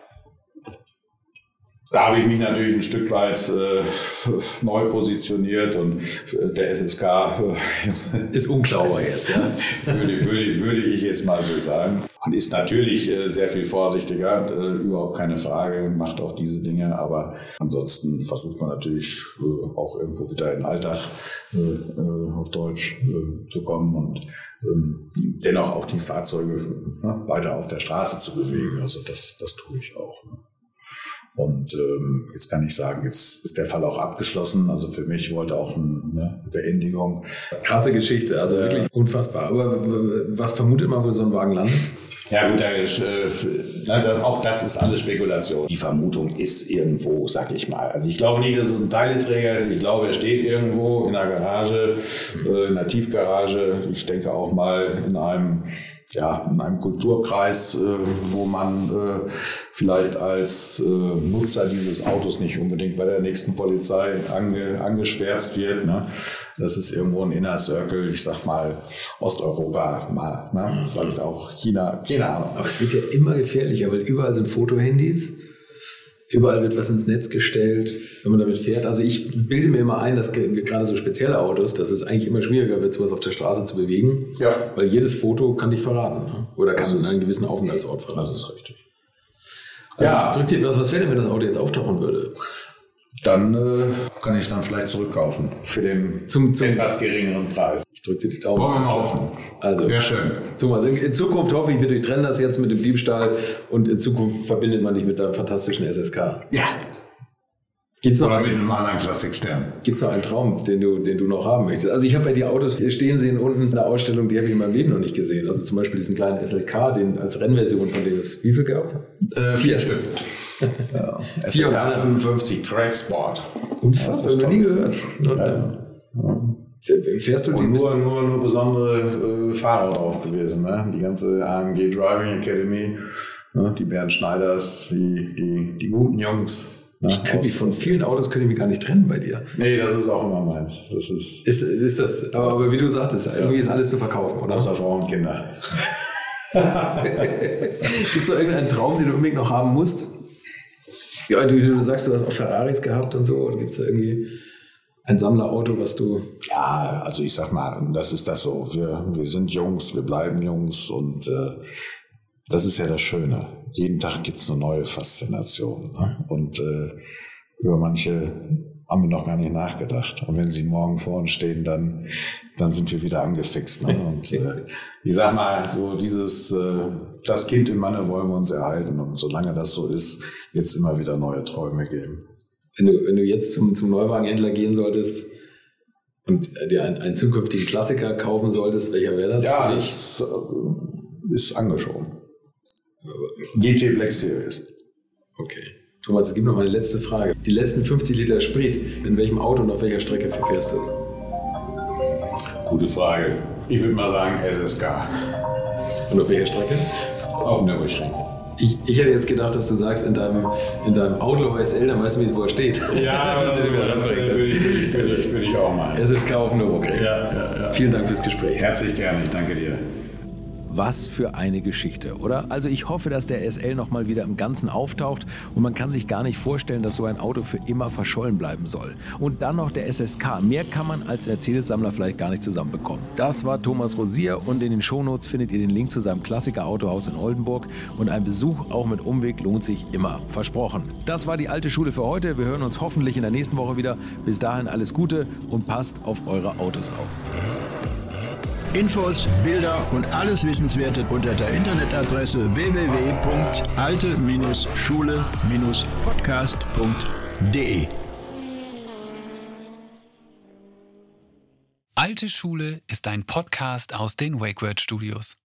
Da habe ich mich natürlich ein Stück weit neu positioniert und der SSK ist unklauer jetzt, ja? würde ich jetzt mal so sagen. Man ist natürlich sehr viel vorsichtiger, überhaupt keine Frage, macht auch diese Dinge, aber ansonsten versucht man natürlich auch irgendwo wieder in den Alltag auf Deutsch zu kommen und dennoch auch die Fahrzeuge weiter auf der Straße zu bewegen. Also das tue ich auch. Ne? Und jetzt kann ich sagen, jetzt ist der Fall auch abgeschlossen. Also für mich wollte auch eine Beendigung. Krasse Geschichte, also wirklich unfassbar. Aber was vermutet man, wo so ein Wagen landet? Ja gut, auch das ist alles Spekulation. Die Vermutung ist irgendwo, sag ich mal. Also ich glaube nicht, dass es ein Teileträger ist. Ich glaube, er steht irgendwo in einer Garage, in einer Tiefgarage. Ich denke auch mal in einem Kulturkreis, wo man vielleicht als Nutzer dieses Autos nicht unbedingt bei der nächsten Polizei angeschwärzt wird. Ne? Das ist irgendwo ein Inner Circle, ich sag mal Osteuropa, mal, ne? Vielleicht auch China, keine Ahnung. Aber es wird ja immer gefährlicher, weil überall sind Fotohandys. Überall wird was ins Netz gestellt, wenn man damit fährt. Also ich bilde mir immer ein, dass gerade so spezielle Autos, dass es eigentlich immer schwieriger wird, sowas auf der Straße zu bewegen. Ja. Weil jedes Foto kann dich verraten. Ne? Oder kann einen gewissen Aufenthaltsort verraten. Das ist richtig. Also was wäre denn, wenn das Auto jetzt auftauchen würde? Dann kann ich es dann vielleicht zurückkaufen für den zum etwas geringeren Preis. Ich drücke dir die Daumen. Wollen wir mal hoffen. Also, wäre schön. Thomas, in Zukunft hoffe ich, wir durchtrennen das jetzt mit dem Diebstahl und in Zukunft verbindet man dich mit deinem fantastischen SSK. Ja. Gibt's noch oder mit einem anderen Klassikstern. Gibt es noch einen Traum, den du noch haben möchtest? Also ich habe bei dir Autos stehen sehen unten in der Ausstellung, die habe ich in meinem Leben noch nicht gesehen. Also zum Beispiel diesen kleinen SLK, den als Rennversion, von dem es wie viel gab? 4 Stück. Ja. SLK 55 Track Sport. Unfassbar, habe ich noch nie gehört. Fährst du Und die? nur besondere Fahrer drauf gewesen. Ne? Die ganze AMG Driving Academy, ne? Die Bernd Schneiders, die guten Jungs. Ne? Ich könnte mich von vielen Autos könnte ich mich gar nicht trennen bei dir. Nee, das ist auch immer meins. Das Ist das, aber wie du sagtest, irgendwie ist alles zu verkaufen, oder? außer Frauen und Kinder. Gibt es noch irgendeinen Traum, den du unbedingt noch haben musst? Ja, du sagst, du hast auch Ferraris gehabt und so. Oder gibt es da irgendwie ein Sammlerauto, was du... Ja, also ich sag mal, das ist das so. Wir sind Jungs, wir bleiben Jungs und das ist ja das Schöne. Jeden Tag gibt's eine neue Faszination. Ne? Und über manche haben wir noch gar nicht nachgedacht. Und wenn sie morgen vor uns stehen, dann sind wir wieder angefixt. Ne? Und ich sag mal, so das Kind im Manne wollen wir uns erhalten. Und solange das so ist, wird es immer wieder neue Träume geben. Wenn du jetzt zum Neuwagenhändler gehen solltest und dir einen zukünftigen Klassiker kaufen solltest, welcher wäre das Ja, für das dich? ist angeschoben. GT Black Series. Okay. Thomas, es gibt noch mal eine letzte Frage. Die letzten 50 Liter Sprit, in welchem Auto und auf welcher Strecke verfährst du es? Gute Frage. Ich würde mal sagen SSK. Und auf welcher Strecke? Auf dem Nürburgring. Ich hätte jetzt gedacht, dass du sagst, in deinem Outlaw SL, dann weißt du, wo er steht. Ja, das würde ich auch mal. SSK auf dem Nürburgring. Ja. Vielen Dank fürs Gespräch. Herzlich gerne, ich danke dir. Was für eine Geschichte, oder? Also ich hoffe, dass der SL nochmal wieder im Ganzen auftaucht und man kann sich gar nicht vorstellen, dass so ein Auto für immer verschollen bleiben soll. Und dann noch der SSK. Mehr kann man als Mercedes-Sammler vielleicht gar nicht zusammenbekommen. Das war Thomas Rosier und in den Shownotes findet ihr den Link zu seinem Klassiker-Autohaus in Oldenburg und ein Besuch auch mit Umweg lohnt sich immer. Versprochen. Das war die alte Schule für heute. Wir hören uns hoffentlich in der nächsten Woche wieder. Bis dahin alles Gute und passt auf eure Autos auf. Infos, Bilder und alles Wissenswerte unter der Internetadresse www.alte-schule-podcast.de. Alte Schule ist ein Podcast aus den WakeWord Studios.